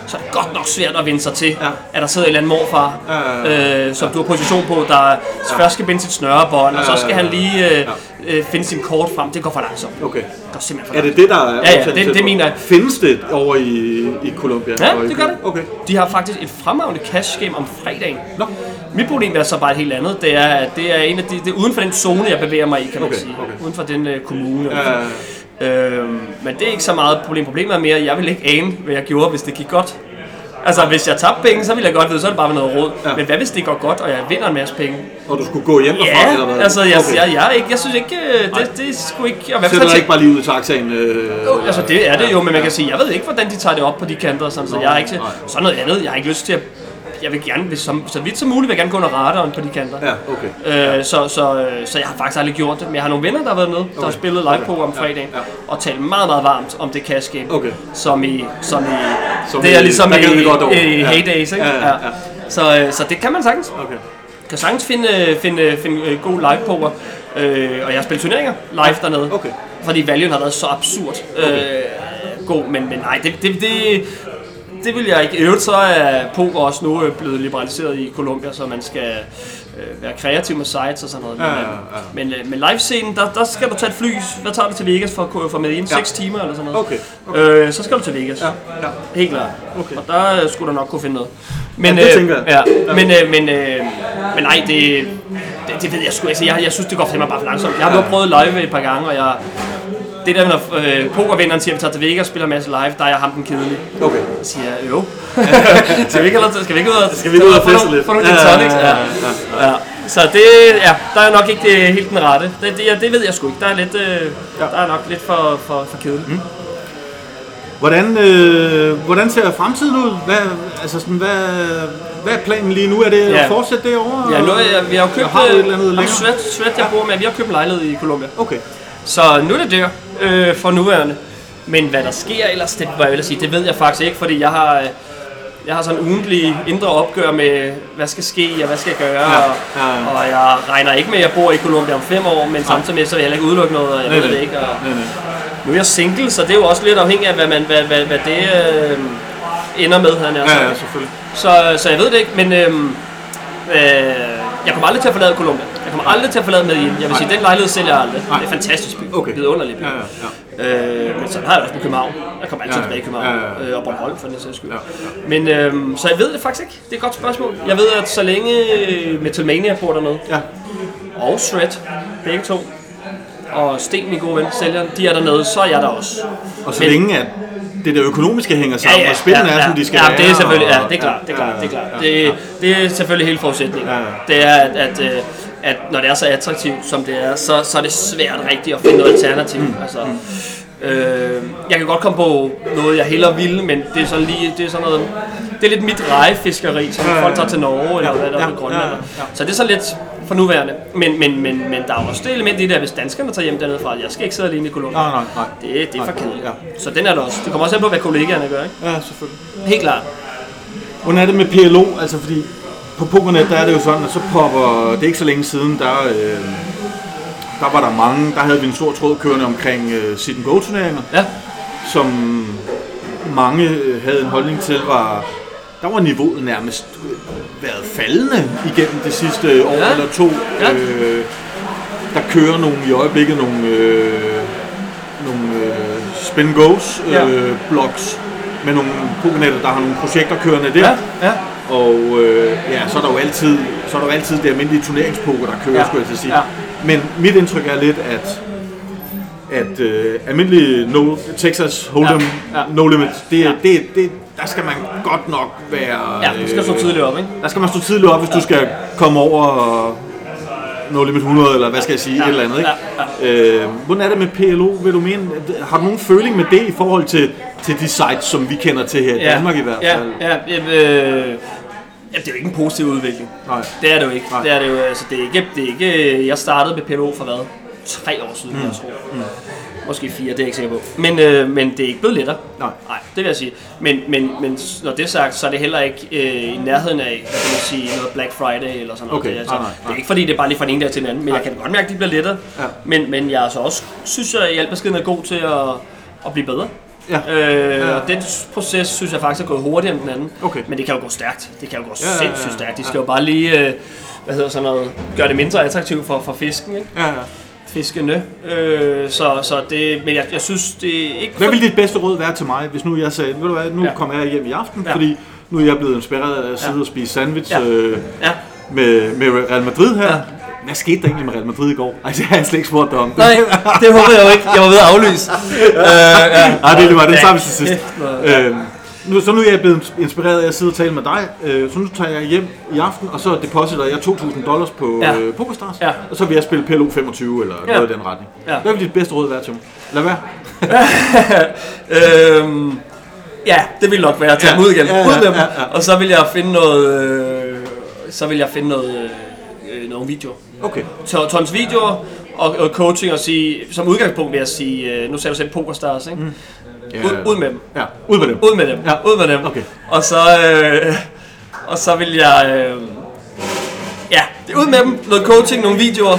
så er det godt nok svært at vende sig til, ja. at der sidder en eller anden morfar, ja. øh, som ja. du har position på, der ja. først skal binde sit snørebånd, ja. og så skal han lige øh, øh, finde sin kort frem. Det går for langsomt. Okay. Det går simpelthen for langsomt. Er det det, der er ja, ja, det, det mener jeg. Findes det over i, i Colombia? Ja, det gør det. Okay. De har faktisk et fremragende cash game om fredagen. Nå. Mit problem er så bare et helt andet. Det er, at det er en af de, det er uden for den zone, jeg bevæger mig i, kan man okay. sige. Okay. Uden for den uh, kommune. Ja. Øhm, men det er ikke så meget problem. Problemet er mere, at jeg vil ikke ane, hvad jeg gjorde, hvis det gik godt. Altså, hvis jeg tabte penge, så ville jeg godt vide, så er det bare noget råd. Ja. Men hvad hvis det går godt, og jeg vinder en masse penge? Og du skulle gå hjem derfra, ja, eller hvad? altså, jeg, okay. jeg, jeg, jeg, jeg synes ikke, det, det skulle ikke... Og hvad sætter ikke bare lige ud i taxaen? Øh, jo, altså, det er det jo, men man kan sige, jeg ved ikke, hvordan de tager det op på de kanter, sådan, så jeg har ikke sådan noget andet. Jeg har ikke lyst til at... Jeg vil gerne, hvis som, så vidt som muligt, vil jeg gerne gå under radaren på de kanter. Ja, okay. Øh, så, så, så jeg har faktisk aldrig gjort det, men jeg har nogle venner, der har været med, der okay. har spillet live på om fredagen, ja, ja. og talt meget, meget varmt om det cash game, okay. som i, som i, som det er ligesom i, i, i heydays, ikke? Ja, ja, ja. Ja. Så, så det kan man sagtens. Okay. Kan sagtens finde, finde, finde god live poker, øh, og jeg har spillet turneringer live dernede, okay. fordi valuen har været så absurd okay. øh, god, men, men nej, det, det, det Det vil jeg ikke. I øvrigt så er poker også nu blevet liberaliseret i Colombia, så man skal øh, være kreativ med sites og sådan noget. Ja, ja, ja. Men, men, men live-scenen, der, der skal du tage et fly. Hvad tager du til Vegas for at få med ind? seks ja. timer eller sådan noget. Okay. Okay. Øh, så skal du til Vegas. Ja. Ja. Helt klart. Okay. Og der skulle du nok kunne finde noget. Men, ja, det tænker jeg. Øh, ja. Men, øh, men, øh, men nej, det, det, det ved jeg sgu ikke. Jeg, jeg synes, det går for mig bare for langsomt. Jeg har ja. prøvet live et par gange, og jeg... Det der, når øh, pokervinderen siger, at vi tager til Vegas og spiller en masse live, der er jeg ham den kedelige. Okay. Så siger jeg, jo. skal, vi ikke, skal vi ikke ud og, skal vi ikke ud og feste lidt? Få nogle gin tonics? Ja, ja, ja, ja. Så det, ja, der er nok ikke det, helt den rette. Det, det, det ved jeg sgu ikke. Der er, lidt, øh, ja. der er nok lidt for, for, for kedeligt. Mm. Hvordan, øh, hvordan ser fremtiden ud? Hvad, altså sådan, hvad, hvad er planen lige nu? Er det ja. at fortsætte derovre? Ja, nu er jeg, vi har jo købt har et eller andet længere. Svært, svært jeg bor med. Vi har købt en lejlighed i Colombia. Okay. Så nu er det der øh, for nuværende. Men hvad der sker ellers, det, hvad jeg vil sige, det ved jeg faktisk ikke, fordi jeg har, jeg har sådan en ugentlig indre opgør med, hvad skal ske og hvad skal jeg gøre. Ja, ja, ja. Og, og jeg regner ikke med, at jeg bor i Colombia om fem år, men samtidig med, så vil jeg heller ikke udelukke noget, og jeg nej, ved det ikke. Og nej, nej. Nu er jeg single, så det er jo også lidt afhængigt af, hvad, man, hvad, hvad, hvad det øh, ender med. Han er, ja, ja, selvfølgelig. Så, så jeg ved det ikke, men øh, øh, jeg kommer aldrig til at forlade Colombia. Jeg kommer aldrig til at forlade Medellin. Jeg vil sige, den lejlighed sælger jeg aldrig. Nej. Det er fantastisk by. Okay. Vidunderligt by. Ja, ja, ja. Øh, men så har jeg også på København. Jeg kommer altid ja, tilbage i København. Ja, ja, ja. Øh, og Bornholm for den sags skyld. Ja, ja. Men øh, så jeg ved det faktisk ikke. Det er et godt spørgsmål. Jeg ved, at så længe Metalmania bor dernede, ja. og Shred, begge to, og Sten, min gode ven, sælgeren, de er dernede, så er jeg der også. Og så men, længe at det der økonomiske hænger sammen, ja, ja, og spillene ja, ja, er, som de skal ja, være. Det er selvfølgelig, ja, det er klart, det er klart, det er klart. Det, det er selvfølgelig hele forudsætningen. Ja, ja. Det er, at, at, at når det er så attraktivt, som det er, så, så er det svært rigtigt at finde noget alternativ. Mm. Altså, øh, jeg kan godt komme på noget, jeg hellere ville, men det er sådan lige, det er sådan noget, det er lidt mit rejefiskeri, som folk tager til Norge, eller hvad der er på Grønland. Så det er så lidt for nuværende, men, men, men, men der er også det element i det der, hvis danskerne tager hjem dernede fra, jeg skal ikke sidde alene i Colombia. Nej, nej, nej. Det, det er for kedeligt. Ja. Så den er der også. Det kommer også an på, hvad kollegaerne gør, ikke? Ja, selvfølgelig. Helt klart. Hvordan er det med P L O? Altså fordi på Pokernet, der er det jo sådan, at så popper, det er ikke så længe siden, der, øh, der var der mange, der havde vi en stor tråd kørende omkring øh, sit and go turneringer, ja. som mange øh, havde en holdning til, var, der var niveauet nærmest været faldende igennem det sidste år ja. eller to. Ja. Øh, der kører nogle i øjeblikket nogle, øh, nogle øh, spin and goes øh, ja. blogs med nogle pokernetter, der har nogle projekter kørende der. Ja. Ja. Og øh, ja, så er der jo altid, så er der jo altid det almindelige turneringspoker, der kører, ja. skulle jeg til at sige. Ja. Men mit indtryk er lidt, at at øh, almindelig no, Texas Hold'em, ja. Ja. No Limit, det, ja. det, det, der skal man godt nok være... Ja, du skal stå tidligt op, ikke? Der skal man stå tidligt op, hvis ja. du skal komme over No Limit hundrede, eller hvad skal jeg sige, ja. et eller andet, ikke? Ja. Ja. Øh, hvordan er det med P L O, vil du mene? Har du nogen føling med det i forhold til, til de sites, som vi kender til her i ja. Danmark i hvert fald? Ja, ja, øh, ja, det er jo ikke en positiv udvikling. Nej. Det er det jo ikke. Det er det jo, altså, det er ikke, det er ikke... Jeg startede med P L O for hvad? Tre år siden, mm. jeg tror. Mm. Måske fire, det er jeg ikke sikker på. Men, øh, men det er ikke blevet lettere. Nej. Nej, det vil jeg sige. Men, men, men når det er sagt, så er det heller ikke øh, i nærheden af, hvad kan man sige, noget Black Friday eller sådan noget. Okay. Altså, nej, nej, nej. Det er ikke fordi, det er bare lige fra den ene dag til den anden, men nej. jeg kan godt mærke, at de bliver lettere. Ja. Men, men jeg er så også, synes jeg, i al beskedenhed er god til at, at blive bedre. Ja. Øh, ja. Og den proces synes jeg faktisk er gået hurtigere end den anden. Okay. Men det kan jo gå stærkt. Det kan jo gå ja, ja, ja, sindssygt stærkt. De skal ja. jo bare lige, øh, hvad hedder sådan noget, gøre det mindre attraktivt for, for fisken, ikke? Ja, ja. Fiskene. Øh, så, så det, men jeg, jeg synes, det er ikke... Hvad vil dit bedste råd være til mig, hvis nu jeg sagde, ved du hvad, nu ja. kommer jeg hjem i aften, ja. fordi nu er jeg blevet inspireret af at sidde ja. og spise sandwich ja. Øh, ja. Med, med Real Madrid her. Ja. Hvad skete der egentlig med Real Madrid i går? Altså, jeg har slet ikke spurgt dig om det. Nej, det håber jeg jo ikke. Jeg var ved at aflyse. øh, ja. Ej, det, det var den ja. samme til sidst. Øh, nu, så nu er jeg blevet inspireret af at sidde og tale med dig, øh, så nu tager jeg hjem i aften, og så depositer jeg to tusind dollars på ja. øh, PokerStars, ja. og så vil jeg spille P L O femogtyve eller ja. noget i den retning. Ja. Hvad vil dit bedste råd være til mig? Lad være. øhm, ja, det vil nok være at tage dem ud igen. Ja, ja, ja, ja. Og så vil jeg finde noget, øh, så vil jeg finde noget, øh, nogle videoer. Okay. Tons videoer og, og coaching og sige, som udgangspunkt vil jeg sige, øh, nu sagde du selv PokerStars, ikke? Mm. Yeah. Ud, ud med dem. Ja, ud med dem. Ud med dem. Ja. Ud med dem. Okay. Og så øh, og så vil jeg øh, ja, det ud med dem, noget coaching, nogle videoer.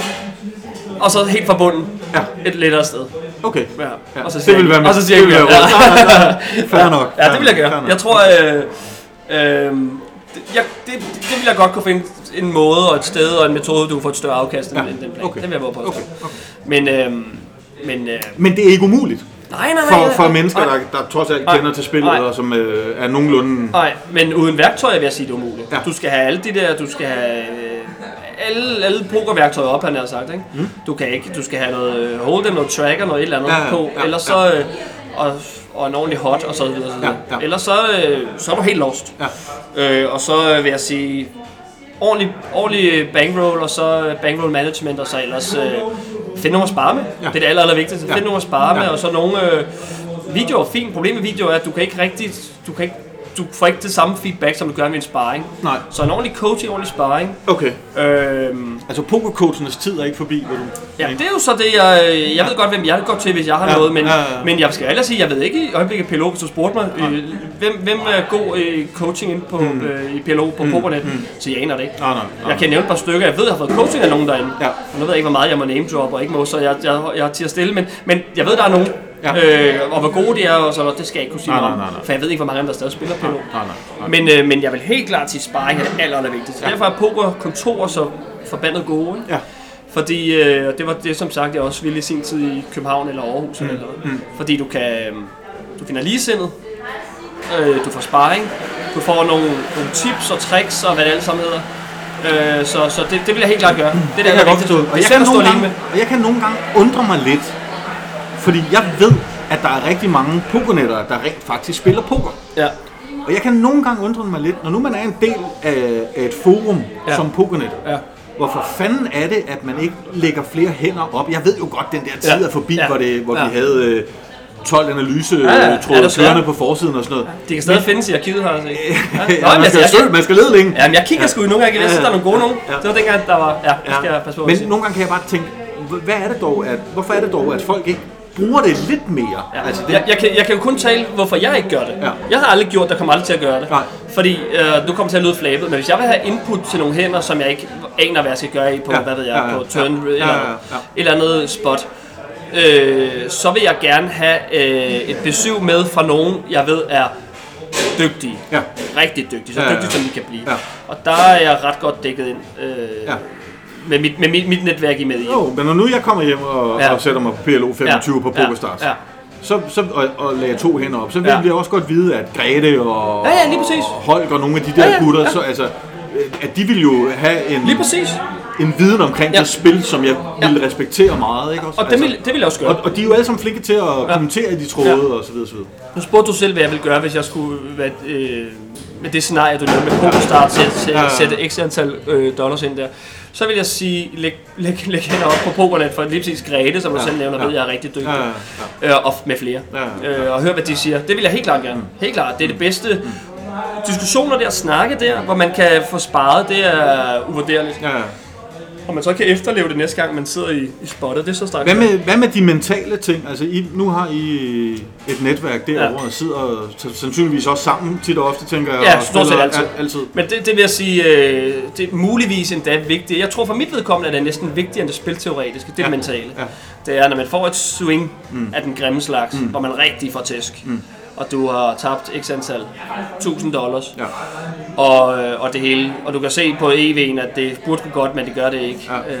Og så helt fra bunden. Ja. Et lettere sted. Okay. Ja. Ja. Og så det siger vil være med. Og så siger jeg, ja. Fair nok. Ja, det vil jeg gøre. Jeg tror øh, øh, det, jeg, det, det vil jeg godt kunne finde en måde og et sted og en metode, du kan få et større afkast ja. end den plan. Okay. Det vil jeg våge på. Okay. Okay. Men øh, men øh, men det er ikke umuligt. Nej, nej, nej, for, for mennesker, der, der trods alt kender nej, til spillet, nej. og som øh, er nogenlunde... Nej, men uden værktøjer vil jeg sige, det er umuligt. Ja. Du skal have alle de der, du skal have øh, alle, alle pokerværktøjer op, han har sagt, ikke? Mm. Du kan ikke, du skal have noget hold'em, noget tracker, noget et eller andet ja, ja, på, ja, ellers ja. så... Øh, og, og en ordentlig hot, og så videre, så videre. Ja, ja. Ellers så, øh, så er du helt lost. Ja. Øh, og så vil jeg sige... Ordentlig, ordentlig bankroll, og så bankroll management, og så ellers øh, finde nogen at spare med. Ja. Det er det aller, aller vigtigste. Ja. Finde nogen at spare ja. med, og så nogle øh, videoer. Fint problem med videoer er, at du kan ikke rigtig, du kan ikke, du får ikke det samme feedback, som du gør med en sparring. Nej. Så en ordentlig coaching, ordentlig sparring. Okay. Øhm, altså pokercoachernes tid er ikke forbi, vil du? Ja, det er jo så det, jeg, jeg ja. ved godt, hvem jeg vil gå til, hvis jeg har ja. noget, men, ja, ja, ja. men jeg skal ellers sige, jeg ved ikke i øjeblikket P L O, hvis du spurgte mig, ja. øh, hvem, hvem er god øh, coaching ind på, mm. øh, i P L O på mm. Pokernet, mm. så jeg aner det ikke. Nej, nej, nej. Jeg kan nævne et par stykker, jeg ved, jeg har fået coaching af nogen derinde, ja. og nu ved jeg ikke, hvor meget jeg må name drop og ikke må, så jeg, jeg, jeg har til at stille, men, men jeg ved, der er nogen. Ja. Øh, og hvor gode de er, og så det skal jeg ikke kunne sige noget om, for jeg ved ikke, hvor mange af dem, der stadig spiller P L O. Nej, nej, nej. Men, øh, men jeg vil helt klart sige, sparring er det aller, aller vigtigste. Ja. Derfor er pokerkontorer så forbandet gode, ikke? Ja. Fordi øh, det var det, som sagt, jeg også ville i sin tid i København eller Aarhus mm. eller noget. Mm. Fordi du kan, du finder ligesindet, øh, du får sparring, du får nogle, nogle tips og tricks og hvad det alle sammen hedder. Øh, så så det, det vil jeg helt klart gøre. Det er det, jeg vigtigste. Og jeg kan, nogle gange, og jeg kan nogle gange undre mig lidt. Fordi jeg ved, at der er rigtig mange pokernetter, der rent faktisk spiller poker. Ja. Og jeg kan nogle gange undre mig lidt, når nu man er en del af, af et forum ja. som pokernet. Ja. Hvorfor fanden er det, at man ikke lægger flere hænder op? Jeg ved jo godt, den der tid ja. er forbi, ja. hvor, det, hvor ja. vi havde øh, tolv analysetråde ja, ja. kørende på forsiden og sådan noget. Ja. De kan stadig men, findes i arkivet her, altså. Ja. ja, man, skal jeg, jeg, man skal lede længe. Ja, men jeg kigger ja. sgu nogle gange, jeg synes, der er nogle gode nogen. Ja. Det var dengang, der var... Ja, det skal ja. jeg passe på. Men nogle gange kan jeg bare tænke, hvad er det dog, at, hvorfor er det dog, at folk ikke bruger det lidt mere? Ja. Altså, det... Jeg, jeg, kan, jeg kan jo kun tale, hvorfor jeg ikke gør det. Ja. Jeg har aldrig gjort det, jeg kommer aldrig til at gøre det. Nej. Fordi, øh, nu kommer til at lyde flabet, men hvis jeg vil have input til nogle hænder, som jeg ikke aner, hvad jeg skal gøre i på, ja. hvad ved jeg, ja, ja, på turn, ja. eller, ja, ja, ja. et eller andet spot, øh, så vil jeg gerne have øh, et besøg med fra nogen, jeg ved er dygtige. Ja. Rigtig dygtige, så ja, ja, ja. dygtige som de kan blive. Ja. Og der er jeg ret godt dækket ind. Øh, ja. Med mit, med mit, mit netværk i med i. Jo, men når nu jeg kommer hjem og, ja. og sætter mig på P L O femogtyve ja. på PokerStars, ja. ja. så, så, og, og lagde to hænder op, så vil ja. jeg også godt vide, at Grete og, ja, ja, lige præcis. og Holger og nogle af de der ja, ja, gutter, ja. så, altså, at de vil jo have en, lige præcis. en viden omkring ja. det spil, som jeg ja. vil respektere meget. Ikke også? Og det vil, det vil jeg også gøre. Og, og de er jo alle sammen flinke til at ja. kommentere i de tråde ja. og så videre, så videre. Nu spurgte du selv, hvad jeg ville gøre, hvis jeg skulle hvad, øh, med det scenarie, du nævnte med PokerStars, sætte, ja. sætte x antal øh, dollars ind der. Så vil jeg sige, læg, læg, læg hænder op på Pokernet for lige præcis Grete, som du ja, selv nævner, ja. ved jeg er rigtig dygtig, ja, ja. Øh, og med flere. Ja, ja. Øh, og hør, hvad de siger. Det vil jeg helt klart gerne. Helt klart. Det er det bedste. Mm. Diskussioner der, snakke der, hvor man kan få sparet, det er uvurderligt. Ja, ja. Og man så kan efterleve det næste gang, man sidder i, i spottet, det er så stærkt. Hvad med, hvad med de mentale ting? Altså, I, nu har I et netværk derovre, ja. Og sidder sandsynligvis også sammen tit og ofte, tænker jeg. Ja, stort set altid. altid. Men det, det vil jeg sige, øh, det er muligvis endda vigtigt. Jeg tror for mit vedkommende, at det er næsten vigtigere end det spilteoretiske, det er ja. Det mentale. Ja. Det er, når man får et swing mm. af den grimme slags, mm. hvor man rigtig får tæsk. Mm. Og du har tabt x antal tusind dollars, ja. og, og det hele, og du kan se på E V'en, at det burde gå godt, men det gør det ikke. Ja. Øh,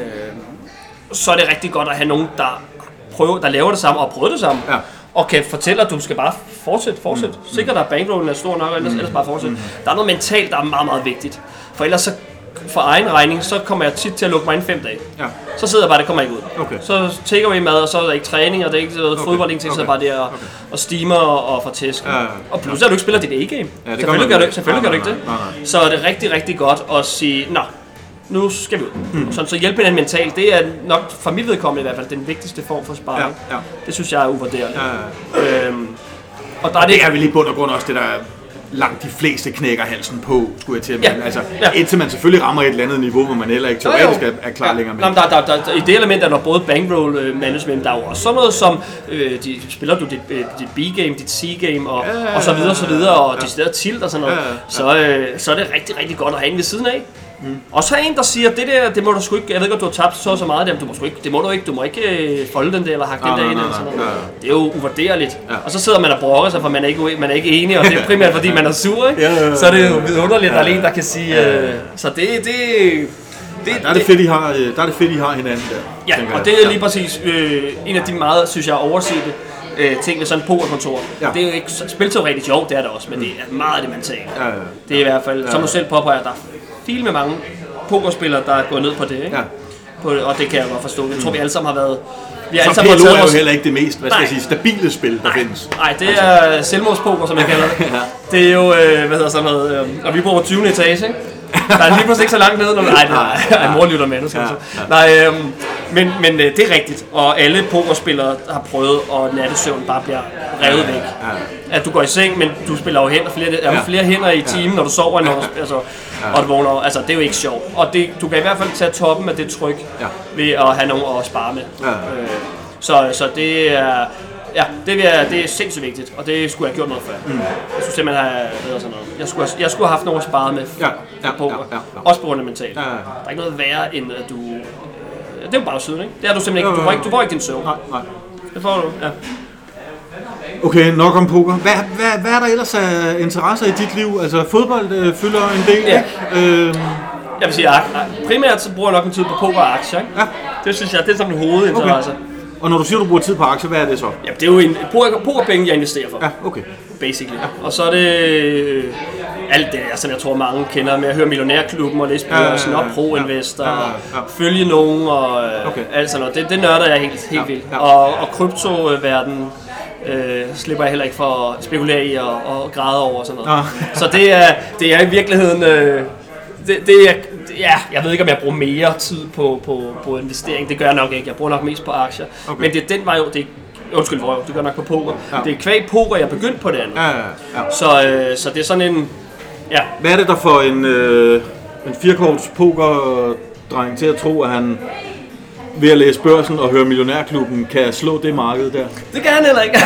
så er det rigtig godt at have nogen, der prøver, der laver det samme og prøver det samme, ja. Og kan fortælle, at du skal bare fortsætte, fortsætte. Mm. Sikkert at bankrollen er stor nok, og ellers, mm. ellers bare fortsætte. Mm. Der er noget mentalt, der er meget, meget vigtigt. For ellers så for egen regning, så kommer jeg tit til at lukke mig ind fem dage. Ja. Så sidder jeg bare, det kommer ikke ud. Okay. Så takeaway mad, og så er der ikke træning, og det er ikke okay. fodbold, ingenting, okay. Så er bare der og, okay. og steamer og, og får tæsk. Ja, ja, ja. Og pludselig, at du ikke spiller dit A-game. Ja, selvfølgelig gør du, selvfølgelig gør du ikke det. Nej, nej. Så er det rigtig, rigtig godt at sige, nå, nu skal vi ud. Hmm. Så, så hjælpe hinanden mentalt, det er nok, for mit vedkommende i hvert fald, den vigtigste form for sparring. Ja, ja. Det synes jeg er uvurderligt. Ja, ja. Øhm, og der er det, det er vel i bund og grund også det, der langt de fleste knækker halsen på, skulle jeg til at mene. Ja, altså, ja. Indtil man selvfølgelig rammer et eller andet niveau, hvor man heller ikke teoretisk er, er klar ja. længere med. Nå, der, der, der, der, I det element er der både bankroll management, der er jo også sådan noget som, øh, de, spiller du dit, øh, dit B-game, dit C-game, og, ja, ja, ja, og så videre, og så videre, og ja. de steder tilt og sådan noget, ja, ja, ja. Så, øh, så er det rigtig, rigtig godt at have en ved siden af. Mm. Og så er en, der siger, det der, det må du sgu ikke, jeg ved godt, du har tabt så så meget af dem, du må sgu ikke, det må du ikke, du må ikke øh, folde den der, eller hakke den der ind, eller sådan noget. Ja, ja. Det er jo uvurderligt. Ja. Og så sidder man og brokker sig, for man er ikke, man er ikke enig, og det er primært, fordi man er sur, ikke? Ja, ja, ja. Så er det jo vidunderligt, at der er en, der kan sige, øh, så det, det, det, ja, der er det fedt, I har, der er det fedt, I har hinanden der. Ja, og det er lige præcis øh, en af de meget, synes jeg, oversete øh, ting ved sådan et pokerkontor. Ja. Det er jo ikke spilteoretisk, jo, det er det også, men det er meget af det, man tager. Ja, ja, ja. Det er i hvert fald, som du selv påpeger, der er fil med mange pokerspillere, der er gået ned på det, ikke? Ja. På, og det kan jeg godt forstå. Jeg tror, vi alle sammen har været... Vi har alle sammen er jo heller ikke det mest, hvad skal jeg sige, stabile spil, der nej, findes. Nej, det er altså. Selvmordspoker, som jeg kalder det. Ja. Det er jo, øh, hvad hedder sådan noget, øh, og vi bor på tyvende etage, ikke? Der er lige pludselig ikke så langt nede, når nej, nej, nej, mor lytter med, nu skal ja, ja. Nej, øh, men, men øh, det er rigtigt, og alle pokerspillere har prøvet, at nattesøvn bare bliver revet væk. Ja. At du går i seng, men du spiller jo hænder, flere, er jo flere hænder i timen, når du sover, når du, altså, ja. Og du vågner. Altså, det er jo ikke sjovt. Og det, du kan i hvert fald tage toppen af det tryk, ja. Ved at have nogen at spare med. Ja. Øh, så, så det er... Ja, det, vil jeg, det er sindssygt vigtigt, og det skulle jeg have gjort noget før. Mm. Jeg synes simpelthen, at jeg, sådan noget. Jeg, skulle have, jeg skulle have haft nogen at spare med ja, ja, poker, ja, ja, ja. Også på grund af mentalt. Ja, ja, ja. Der er ikke noget værre, end at du... Øh, det er jo bare syden, ikke? Det er du simpelthen ikke. Du får ikke, du får ikke din søvn. Nej, nej. Det får du, ja. Okay, nok om poker. Hvad, hvad, hvad er der ellers af interesser i dit liv? Altså, fodbold øh, fylder en del, ja. Ikke? Øh... Jeg vil sige, primært så bruger jeg nok en tid på poker og aktier, ikke? Ja. Det synes jeg, det er sådan en hovedinteresse. Okay. Og når du siger, du bruger tid på aktier, hvad er det så? Ja, det er jo en pokerpenge, jeg investerer for. Ja, okay. Basically. Ja. Og så er det alt det, som jeg tror mange kender med at høre Millionærklubben og læse bøger, ja, ja, ja, ja. Pro-investor, ja, ja, ja. Følge nogen og okay. Alt sådan noget. Det, det nørder jeg helt, helt ja, vildt. Ja. Og, og kryptoverdenen øh, slipper jeg heller ikke for at spekulere i og, og græde over og sådan noget. Ja. Så det er, det er i virkeligheden... Øh, Det, det er, ja, jeg ved ikke, om jeg bruger mere tid på, på, på investering. Det gør jeg nok ikke. Jeg bruger nok mest på aktier. Okay. Men det, den var jo... Det, undskyld, det gør jeg nok på poker. Ja. Det er kvæg poker, jeg begyndte på det andet. Ja, ja, ja. Så, øh, så det er sådan en... Ja. Hvad er det, der får en, øh, en firekorts poker-dreng til at tro, at han ved at læse børsen og høre Millionærklubben kan slå det marked der? Det kan han heller ikke.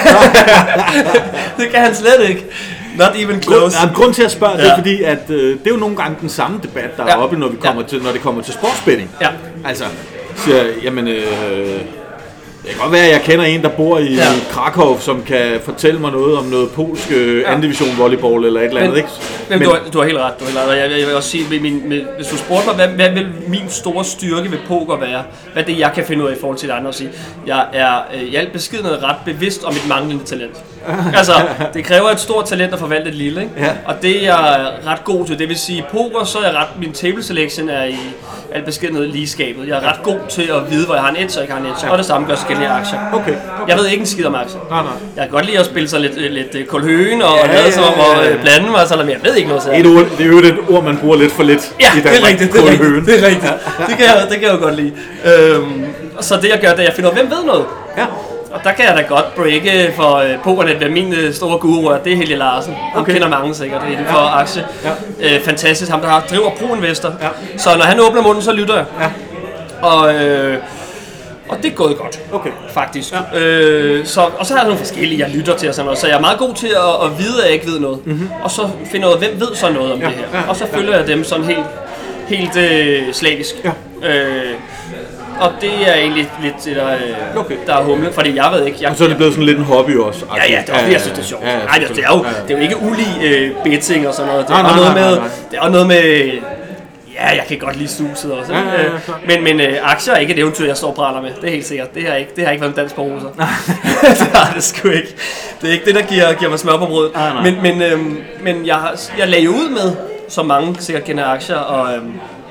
Det kan han slet ikke. Not even close. Grund, grund til at spørge, ja. Det er fordi, at øh, det er jo nogle gange den samme debat, der ja. Er oppe, når, vi kommer ja. til, når det kommer til sportsbetting. Ja. Altså, siger, jamen, øh, det kan godt være, at jeg kender en, der bor i ja. Krakow, som kan fortælle mig noget om noget polsk øh, ja. anden division volleyball eller et eller andet, men, ikke? Men, men du, har, du har helt ret, du har helt ret. Jeg, jeg vil også sige, med min, med, hvis du spurgte mig, hvad, hvad vil min store styrke ved poker være? Hvad er det, jeg kan finde ud af i forhold til det andre at sige? Jeg er øh, i al beskedenhed ret bevidst om mit manglende talent. Altså, det kræver et stort talent at forvalte et lille, ikke? Ja. Og det er jeg ret god til. Det vil sige, poker, så er jeg ret, min table selection er i al beskedenhed lige skabet. Jeg er ret god til at vide, hvor jeg har en edge og ikke har en edge. Ja. Og det samme gør forskellige aktier. Okay. Okay. Jeg ved ikke en skid om aktier. Nej, nej. Jeg kan godt lide at spille sig lidt, lidt kulhøen og ja, lade sig om ja, ja, ja. Og blande mig og sådan, men jeg ved ikke noget særligt. Et ord, det er jo et ord, man bruger lidt for lidt ja, i Danmark. Det er rigtigt, det er rigtigt. Det er rigtigt. Det kan jeg, det kan jeg jo godt lide. Øhm, så det jeg gør, det er, at jeg finder ud af, hvem ved noget. Ja. Og der kan jeg da godt breake for uh, pokernet, hvad min uh, store guru er. Det er Helge Larsen. Han okay. kender mange sikkert inden for ja. Aktie. Ja. Uh, fantastisk. Ham, der har driver Pro-investor. Ja. Så når han åbner munden, så lytter jeg. Ja. Og, øh, og det er gået godt, okay. faktisk. Ja. Øh, så, og så har jeg nogle forskellige, jeg lytter til og sådan noget, så jeg er meget god til at, at vide, at jeg ikke ved noget. Mm-hmm. Og så finder jeg ud af, hvem ved så noget om ja. det her. Ja. Og så følger ja. jeg dem sådan helt, helt øh, slavisk. Ja. Øh, og det er egentlig lidt det, der, øh, okay. der er humlen, fordi jeg ved ikke... Jeg, og så er det blevet sådan lidt en hobby også. Ja, ja, det er også, jeg synes, det er sjovt. Ja, ja, nej, det, det, er jo, det er jo ikke ulig øh, betting og sådan noget. Det er, nej, nej, noget nej, nej, nej. Med, det er noget med... Ja, jeg kan godt lide suset også. Ja, ja, ja, men men øh, aktier er ikke et eventyr, jeg står og praler med. Det er helt sikkert. Det har ikke, det har ikke været en dans på roser. Det har det sgu ikke. Det er ikke det, der giver, giver mig smør på brødet. Ah, men men, øh, men jeg, jeg lagde jo ud med, som mange sikkert kender aktier, og, øh,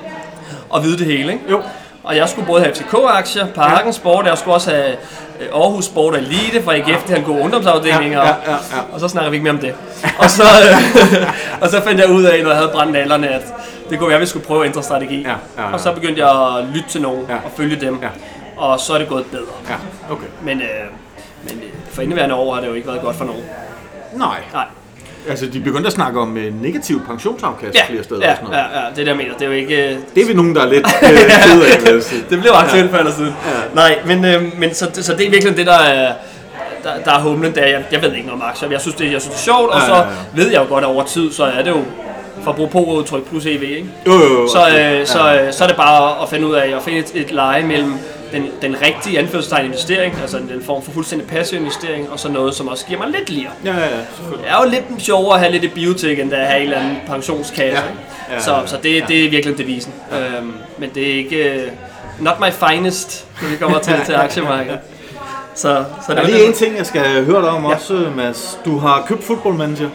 og vide det hele. Ikke? Jo. Og jeg skulle både have F C K-aktier, Parken Sport, og jeg skulle også have Aarhus Sport og Elite, for A G F, det har en god ungdomsafdeling, ja, ja, ja, ja. Og så snakker vi ikke mere om det. Og så, øh, og så fandt jeg ud af, når jeg havde brændt nallerne, at det kunne være, at vi skulle prøve at ændre strategi. Ja, ja, ja. Og så begyndte jeg at lytte til nogen ja. og følge dem, ja. og så er det gået bedre. Ja, okay. Men, øh, men for indeværende år har det jo ikke været godt for nogen. Nej. Nej. Altså, de begyndte at snakke om uh, negativ pensionsafkast ja, flere steder ja, og sådan noget. Ja, ja, det der mener, det er jo ikke... Uh... Det er vi nogen, der er lidt uh, kede af, vil jeg sige. Det blev aktuelt for eller siden. Ja. Nej, men, øh, men så, så det er virkelig det, der er, der, der er humlen, der jeg, jeg ved ikke noget om aktier. Jeg synes, det, jeg synes, det er sjovt, og så ja, ja, ja. ved jeg jo godt, at over tid, så er det jo, for at bruge på-udtryk plus E V, ikke? Jo, jo, jo. Så, øh, ja. så, øh, så er det bare at finde ud af, at finde et, et leje mellem den, den rigtige anførselstegn investering, altså en form for fuldstændig passiv investering, og så noget, som også giver mig lidt lir. Ja, ja, ja. Det er jo lidt sjovere at have lidt i biotek, end at have en eller anden pensionskasse. Ja. Ja, så, så det, ja. det er virkelig devisen. Ja. Øhm, men det er ikke... Uh, not my finest, når vi kommer til, til aktiemarkedet. Så, så der er lige en ting, jeg skal høre dig om ja. også, Mads. Du har købt Football Manager.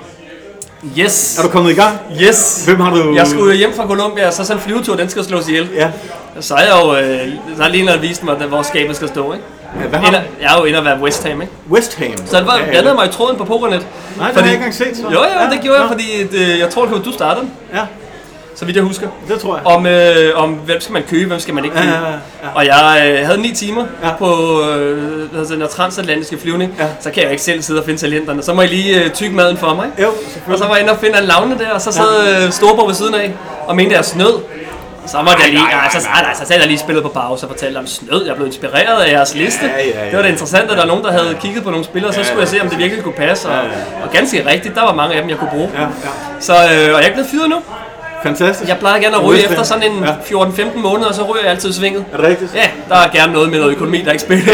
Yes. Er du kommet i gang? Yes. Hvem har du... Jeg skulle hjem fra Colombia, og så sådan en flyvetur, den skal slås ihjel. Ja. Så er jeg jo... Øh, så har lige en vist mig, hvor skabet skal stå, ikke? Ja, hvad har du? Jeg er jo inde at være West Ham, ikke? West Ham? Så det var, ja, ja. jeg lavede mig i tråden på Pokernet. Nej, det fordi, har jeg ikke engang set, så. Jo, jo, ja, det gjorde ja. jeg, fordi det, jeg tror, det var, du startede den. Ja. Så vidt jeg husker. Det tror jeg. Om, øh, om hvem skal man købe, hvem skal man ikke købe. Ja, ja, ja. Og jeg øh, havde ni timer ja. på øh, altså, den transatlantiske flyvning. Ja. Så kan jeg ikke selv sidde og finde talenterne. Så må jeg lige øh, tygge maden for mig. Jo, og så var jeg inde og finde en lavne der, og så sad øh, Storborg ved siden af og mente, jeg snød. Så måtte jeg lige, nej, så, nej, nej, så sad jeg lige spillet på pause og fortalte om snød. Jeg blev inspireret af jeres liste. Ja, ja, ja. Det var det interessante, at der var nogen, der havde kigget på nogle spillere, så skulle jeg se, om det virkelig kunne passe. Og, og ganske rigtigt, der var mange af dem, jeg kunne bruge. Ja, ja. Så, øh, og jeg er blevet fyret nu. Fantastisk. Jeg plejer gerne at ryge efter sådan en fjorten femten måneder, og så ryger jeg altid svinget. Er det rigtigt? Ja, der er gerne noget med noget økonomi, der ikke spiller.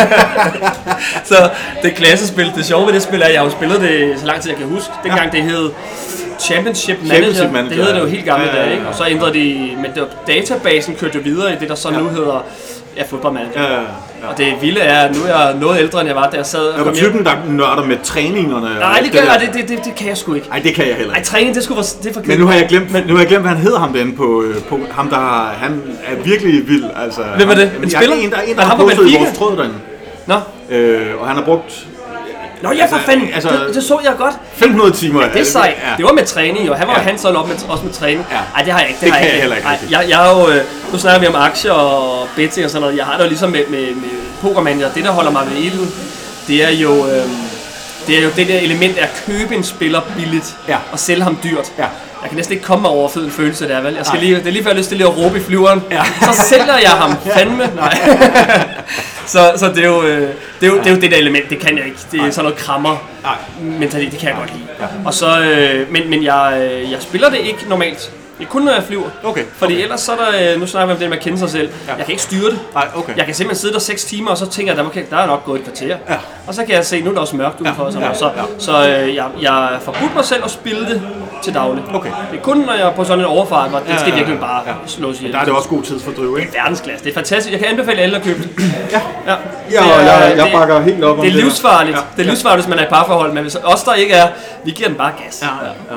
Så det klassespil, det sjove ved det spil er, at jeg har jo spillet det så lang tid, jeg kan huske. Dengang det hed Championship Manager, Championship Manager det hedder det jo helt gamle ja, ja, ja. dage, ikke? Og så ændrede de, men det var, databasen kørte jo videre i det, der så ja. nu hedder ja, Football Manager. Ja, ja, ja. Og det vilde er, at nu er jeg noget ældre, end jeg var, da jeg sad og kom hjem. Er du typen, der nørder med træningerne? Nej, det gør jeg, det, det, det, det kan jeg sgu ikke. Nej, det kan jeg heller ikke. Nej, træning, det skulle være, det er for Men nu har jeg glemt, men, nu har jeg glemt, hvad han hedder ham den på, på ham, der han er virkelig vild. Altså, hvem er det? En spiller? En, der er en, der har postet i vores tråd derinde. Nå. Øh, og han har brugt... Nå ja, for fanden, altså, det, det så jeg godt. fem hundrede timer. Ja, det er sejt. Ja. Det var med træning, og han var ja. hands on op med, også med træning. Ja. Ej, det har jeg ikke. Det, det kan jeg, jeg heller ikke. Ej, jeg, jeg er jo, nu snakker vi om aktier og betting og sådan noget. Jeg har det jo ligesom med, med, med pokermanager. Det, der holder mig ved ilden, det er jo, øh, det er jo det der element af at købe en spiller billigt ja. og sælge ham dyrt. Ja. Jeg kan næsten ikke komme over fed en følelse der, vel? Jeg skal lige, det er lige før jeg har lyst til lige at råbe i flyveren. Ja. Så sælger jeg ham fandme. Nej. så, så det er jo det, er jo, det er jo det der element, det kan jeg ikke. Det er sådan noget krammer mentalitet, det kan jeg godt lide. Ja. Og så, men, men jeg, jeg spiller det ikke normalt. Det er kun, når jeg flyver. Okay. Fordi okay. ellers så er der, nu snakker vi om det med at kende sig selv. Ja. Jeg kan ikke styre det. Nej, okay. Jeg kan simpelthen sidde der seks timer, og så tænker jeg, der, der er nok gået et kvarter. Ja. Og så kan jeg se, nu er der også mørkt udenfor. Ja. Ja. Så, ja. så øh, jeg, jeg har forbudt mig selv at spille det til daglig. Okay. Det er kun, når jeg er på sådan en overfart, hvor det skal virkelig bare ja. slås ihjel. Der er det også god tidsfordriv, ikke? Det er verdensklasse. Det er fantastisk. Jeg kan anbefale alle at købe det. Ja. Ja, ja og jeg, jeg bakker det, helt op om det. Det er livsfarligt. Ja. Det er livsfarligt, hvis man er i parforhold. Men hvis os der ikke er, vi giver den bare gas. Ja, ja, ja.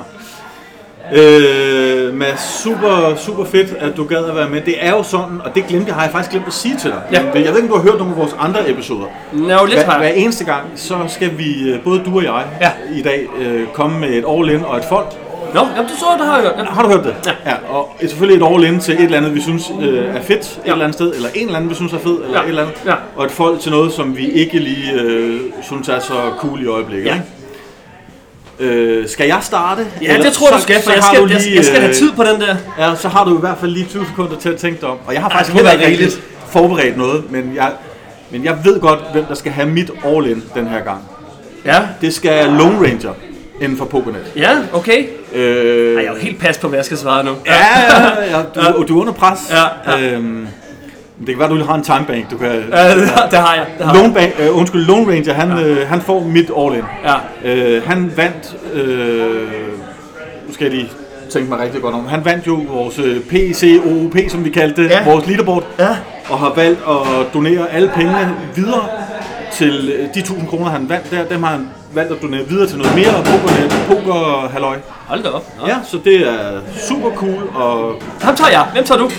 Øh, Mads, super, super fedt, at du gad at være med. Det er jo sådan, og det glemte jeg, har jeg faktisk glemt at sige til dig. Ja. Jeg ved ikke, om du har hørt nogle af vores andre episoder. No, lidt hver, hver eneste gang, så skal vi, både du og jeg, ja. i dag øh, komme med et all-in og et fold. Nå, jamen, du så det, har jeg hørt. Ja. Har du hørt det? Ja. Ja, og selvfølgelig et all-in til et eller andet, vi synes øh, er fedt et ja. eller andet sted, eller en eller anden, vi synes er fed, eller ja. et eller andet. Ja. Og et fold til noget, som vi ikke lige øh, synes er så cool i øjeblikket. Ja. Ikke? Øh, skal jeg starte? Ja, eller, det tror jeg, du skal, for jeg skal, lige, jeg, jeg skal have tid på den der. Ja, så har du i hvert fald lige tyve sekunder til at tænke dig om. Og jeg har faktisk heller ikke rigtig forberedt noget, men jeg, men jeg ved godt, hvem der skal have mit all-in den her gang. Ja. Det skal Lone Ranger inden for PokerNet. Ja, okay. Øh, Ej, jeg er jo helt pas på, hvad jeg skal svare nu. Ja, ja, ja du, ja. du er under pres. Ja, ja. Øhm, det kan være, du har en timebank, du kan... Ja, det har, det har jeg. Det har Lone, Bank, øh, undskyld, Lone Ranger, han, ja. øh, han får mit all-in. Ja. Øh, han vandt... Øh, nu skal jeg lige tænke mig rigtig godt om. Han vandt jo vores P C O O P, som vi kaldte det, ja. vores leaderboard. Ja. Og har valgt at donere alle pengene videre til de tusind kroner, han vandt der. Dem har han valgt at donere videre til noget mere PokerNet, poker-halløj. Hold da op. Nå. Ja, så det er super cool. Og ham tager jeg. Hvem tager du?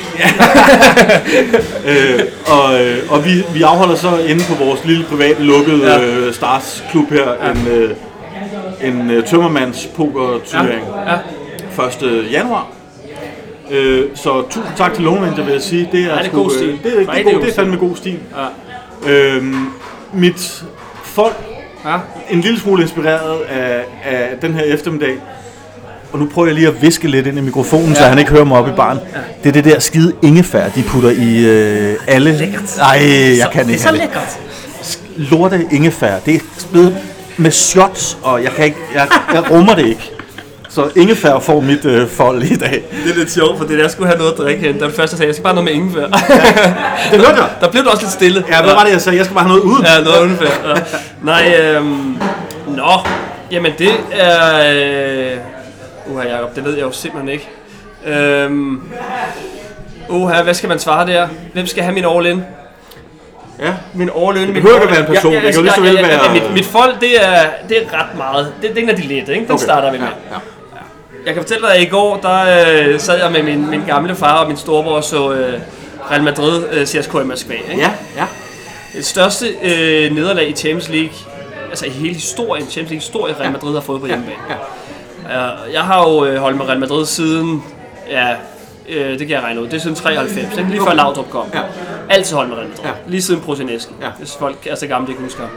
øh, og og vi, vi afholder så inde på vores lille private lukkede ja. øh, Stars klub her ja. en, øh, en øh, tømmermands poker-turnering ja. Ja. første januar. Øh, så tusind tak til Lone Ranger, vil jeg sige. Det er, ja, det er god stil. Det, det, det, det, det er fandme god stil. Ja. Øhm, mit folk ja. en lille smule inspireret af, af den her eftermiddag. Og nu prøver jeg lige at viske lidt ind i mikrofonen, ja. så han ikke hører mig op i baren. Ja. Det er det der skide ingefær, de putter i øh, alle... Lækkert. Ej, jeg så, kan ikke. Det er så lækkert. Lorte ingefær. Det er blevet med shots, og jeg kan ikke... Jeg, jeg rummer det ikke. Så ingefær får mit øh, fold i dag. Det er lidt sjovt, for det der skulle have noget at drikke hen. Da det første sagde, jeg skal bare noget med ingefær. Ja. Det hørte jeg. Der blev du også lidt stille. Ja, hvad var det, jeg sagde? Jeg skal bare have noget uden. Ja, noget ungefær. Ja. Nej, øhm... Nå, jamen det er... Øh... Uha, Jacob, det ved jeg jo simpelthen ikke. Øhm... Uha, hvad skal man svare der? Hvem skal have min all-in? Ja. Min all-in. Det behøver ikke være en person. Ja, ja, det kan jo lige så vel være... Ja, mit, mit folk, det er, det er ret meget. Det, det er en af de lette, ikke? Den okay. starter vi med. Ja, ja. Jeg kan fortælle dig, at i går, der øh, sad jeg med min, min gamle far og min storebror så øh, Real Madrid øh, C S K A i Moskva. Ikke? Ja, ja. Det største øh, nederlag i Champions League, altså i hele historien, Champions League historie, Real Madrid har fået på hjemmebane. Ja, ja. Jeg har jo øh, holdt med Real Madrid siden, ja, øh, det kan jeg regne ud, det er siden treoghalvfems, ikke? Lige før Laudrup kom. Ja. Altid holdt med Real Madrid, ja. Lige siden Prosinecki, ja. Hvis folk er så gamle, det kan huske ham.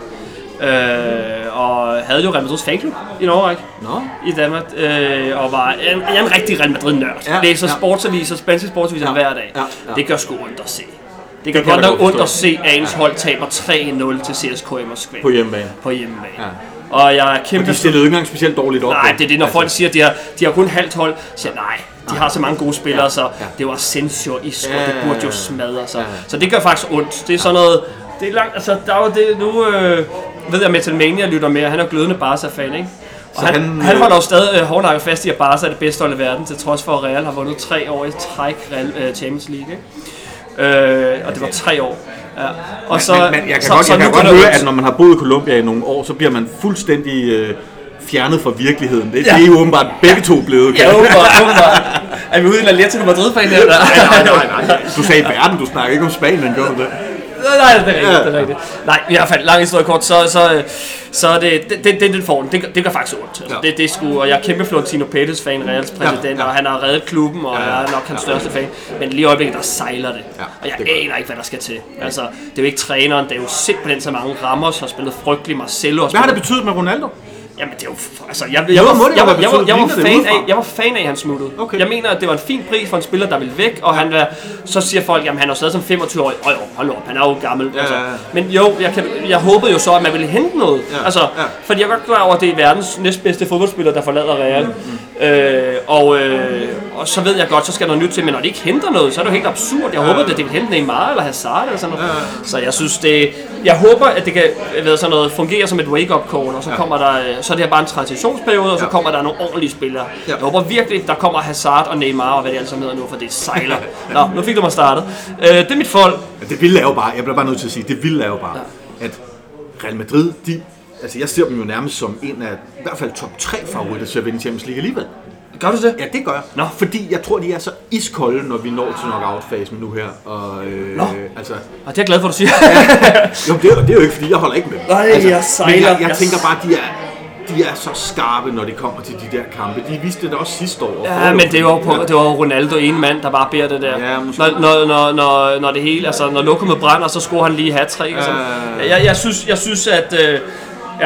Øh, og havde jo Real Madrids fanklub i en årrække no. i Danmark, øh, og var en, en rigtig Real Madrid-nørd. Ja, Læser ja. sportsaviser, spanske sportsaviser ja. hver dag. Ja, ja. Det gør sgu ondt at se. Det kan, det kan godt nok ondt at se, at ens hold taber tre nul til C S K A i Moskva. På hjemmebane. På hjemmebane. Ja. Og jeg er kæmpe... Og de stillede jo ikke engang specielt dårligt op. Nej, det er det, når altså. folk siger, at de har, de har kun halvt hold, så siger nej, de har så mange gode spillere, ja. så ja. det var Asensio, Isco, ja. det burde jo smadre sig. Ja. Så det gør faktisk ondt. Det er sådan noget... Det er langt, altså der var det nu... Øh, ved jeg, at Metal Mania lytter med, han er glødende Barca-fan, ikke? Og han, han, han holder jo stadig øh, hårdnakket fast i, at Barca er det bedste hold i verden, til trods for, at Real har vundet tre år i træk Real, øh, Champions League, ikke? Øh, og det var tre år. Ja. Og så, men, men, men jeg kan så, godt, så jeg kan godt høre, at når man har boet i Colombia i nogle år, så bliver man fuldstændig øh, fjernet fra virkeligheden. Det, ja. det er jo åbenbart begge to blevet. Ja, åbenbart, åbenbart. Er vi ude i en Atletico Madrid-fan her? Nej, nej, nej, nej. Du sagde verden, du snakker ikke om Spanien, gør du det? Nej, det er rigtigt, ja. det er rigtigt. Nej, i hvert fald, lang historie kort, så, så, så er det, det, det, det, det, får det, det gør faktisk ondt. Altså, ja. det, det sgu, og jeg er kæmpe Florentino Pérez-fan, Reals præsident, ja, ja. og han har reddet klubben, og ja, ja. jeg er nok hans ja. største fan. Men lige i øjeblikket, der sejler det. Ja, og jeg det aner ikke, hvad der skal til. Altså, det er jo ikke træneren, det er jo simpelthen så mange Ramos har spillet frygtelig, Marcelo har spillet. Hvad har det betydet med Ronaldo? Jamen det er jo, altså jeg, jeg, jeg, var, jeg, var, jeg, var, jeg, var fan af, jeg var fan af, at han smuttede. Okay. Jeg mener, at det var en fin pris for en spiller, der ville væk, og han var, så siger folk, jamen han er stadig som femogtyve år. Åh, hold op, han er jo gammel. Ja, altså. ja, ja. Men jo, jeg, kan, jeg håbede jo så, at man ville hente noget. Ja, altså, ja. Fordi jeg er godt klar over, at det er verdens næstbedste fodboldspiller, der forlader Real. Mm. Øh, og, øh, og så ved jeg godt, så skal der noget nyt til, men når de ikke henter noget, så er det jo helt absurd. Jeg ja, håber, at det vil hente Neymar eller Hazard eller sådan noget. Ja, ja. Så jeg synes, det, jeg håber, at det kan ved, sådan noget, fungere som et wake-up call, og så, ja. kommer der, så er det her bare en transitionsperiode, og så ja. kommer der nogle ordentlige spillere. Ja. Jeg håber virkelig, der kommer Hazard og Neymar og hvad det altså hedder nu, for det sejler. Nå, nu fik du mig startet. Øh, det er mit folk. Ja, det vilde er jo bare, jeg bliver bare nødt til at sige, det vilde er jo bare, ja. at Real Madrid, de, altså jeg ser dem jo nærmest som en af, i hvert fald top tre favoritter til at vinde Champions League alligevel. Gør du det? Ja, det gør jeg. Nå. Fordi jeg tror, de er så iskolde, når vi når til knockout-fasen nu her. Og, øh, Nå. Altså, og det er jeg glad for, du siger. ja, jo, det er, det er jo ikke, fordi jeg holder ikke med dem. Nej, altså, jeg sejler. Men jeg, jeg tænker bare, de er, de er så skarpe, når de kommer til de der kampe. De viste det også sidste år. Ja, men det var, på, det var Ronaldo, en mand, der bare beder det der. Ja, når, når, når, når, når det hele, altså når lokummet brænder, så scorer han lige hat-trick. Altså. Uh. Jeg, jeg, synes, jeg synes, at... Øh, ja.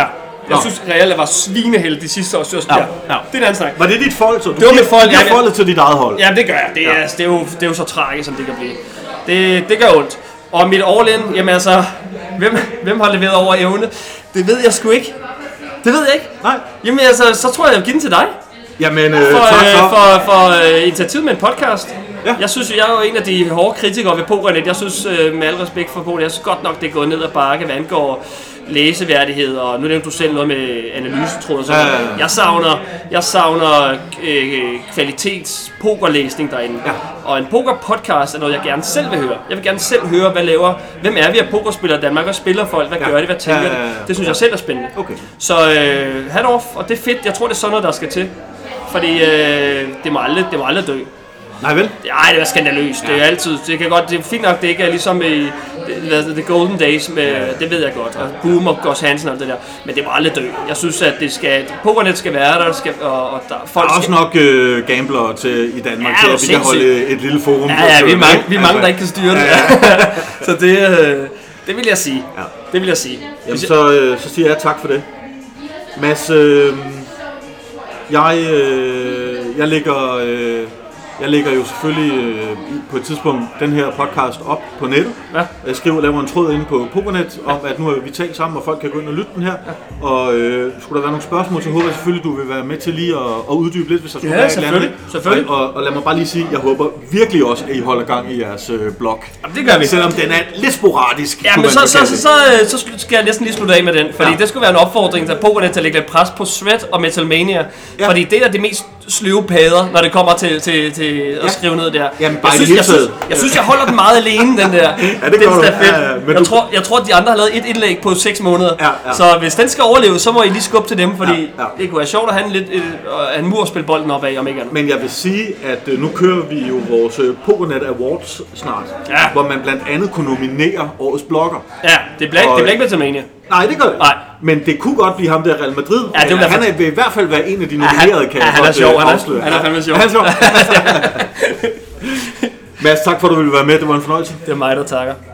Jeg Nå. synes, Real var svineheld de sidste år. Så ja. Ja. Det er en anden snak. Var det dit folk, så? Du det var mit folk. Du har foldet til dit eget hold. Ja, det gør jeg. Det er, ja. det er, jo, det er jo så tragisk, som det kan blive. Det, det gør ondt. Og mit all-in, jamen altså, hvem, hvem har leveret over evne? Det ved jeg sgu ikke. Det ved jeg ikke. Nej. Jamen altså, så tror jeg, jeg vil give den til dig. Jamen, øh, for, tak øh, så. For, for øh, initiativet med en podcast. Ja. Jeg synes, jeg er jo en af de hårde kritikere ved PokerNet. Jeg synes, øh, med al respekt for PokerNet, jeg synes godt nok, det er gået ned ad bakke, hvad angår læseværdighed, og nu nævnte du selv noget med analysetråd og sådan ja, ja, ja. Jeg savner, jeg savner øh, kvalitets pokerlæsning derinde. Ja. Og en poker-podcast er noget, jeg gerne selv vil høre. Jeg vil gerne selv høre, hvad laver, hvem er vi af pokerspillere i Danmark, hvad spiller folk, hvad ja. gør de, hvad tænker ja, ja, ja. de. Det synes ja. jeg selv er spændende. Okay. Så øh, hat off, og det er fedt. Jeg tror, det er sådan noget, der skal til. Fordi øh, det, må aldrig, det må aldrig dø. Nej vel? Nej, det er skandaløst. Ja. Det er altid, det kan godt, det er fint nok, det ikke er ligesom i The Golden Days, med, ja. det ved jeg godt, og Boom og Gus Hansen og alt det der, men det må aldrig dø. Jeg synes, at det skal, PokerNet skal være der, skal, og, og der, folk der er også skal... nok øh, gamblere til, i Danmark ja, til, at vi kan holde et lille forum. Ja, ja, vi er mange, vi er mange der ikke kan styre det. Ja. Så det, øh, det vil jeg sige. Ja. Det vil jeg sige. Jamen, så, øh, så siger jeg tak for det. Mads, øh, jeg, øh, jeg lægger... Øh, Jeg lægger jo selvfølgelig øh, på et tidspunkt den her podcast op på nettet. Ja. Jeg skriver, laver en tråd inde på PokerNet om, at nu har vi talt sammen, og folk kan gå ind og lytte den her. Ja. Og øh, skulle der være nogle spørgsmål, så håber jeg selvfølgelig, du vil være med til lige at, at uddybe lidt, hvis der skulle ja, være selvfølgelig. et selvfølgelig. Og, og, og lad mig bare lige sige, jeg håber virkelig også, at I holder gang i jeres øh, blog. Jamen, det gør vi. Selvom den er lidt sporadisk. Ja, men så, så, så, så, så, så skal jeg næsten lige slutte af med den, fordi ja. det skulle være en opfordring til PokerNet til at lægge lidt pres på Shred og Metalmania. Ja. Fordi det er de mest sløve pader, når det kommer til, til, til at ja. skrive ned der. Jamen, jeg, synes, jeg, synes, jeg synes, jeg holder den meget alene, den der. Ja, det gør du. Ja, ja, jeg, du... tror, jeg tror, at de andre har lavet et indlæg på seks måneder. Ja, ja. Så hvis den skal overleve, så må I lige skubbe til dem, fordi ja, ja. det kunne være sjovt at have en, lidt, uh, en mur at spille bolden op af, om ikke andet. Men jeg vil sige, at uh, nu kører vi jo vores uh, PokerNet Awards snart, ja. hvor man blandt andet kunne nominere årets blogger. Ja, det bliver ikke, ikke Metalmania. Nej, det gør det. Nej. Men det kunne godt blive ham der Real Madrid. Ja, det han er, vil i hvert fald være en af de nominerede, kan ja, jeg han, godt han er sjov, afsløre. Han er, han er fandme sjov. Han er sjov. Mads, tak for at du ville være med. Det var en fornøjelse. Det er mig, der takker.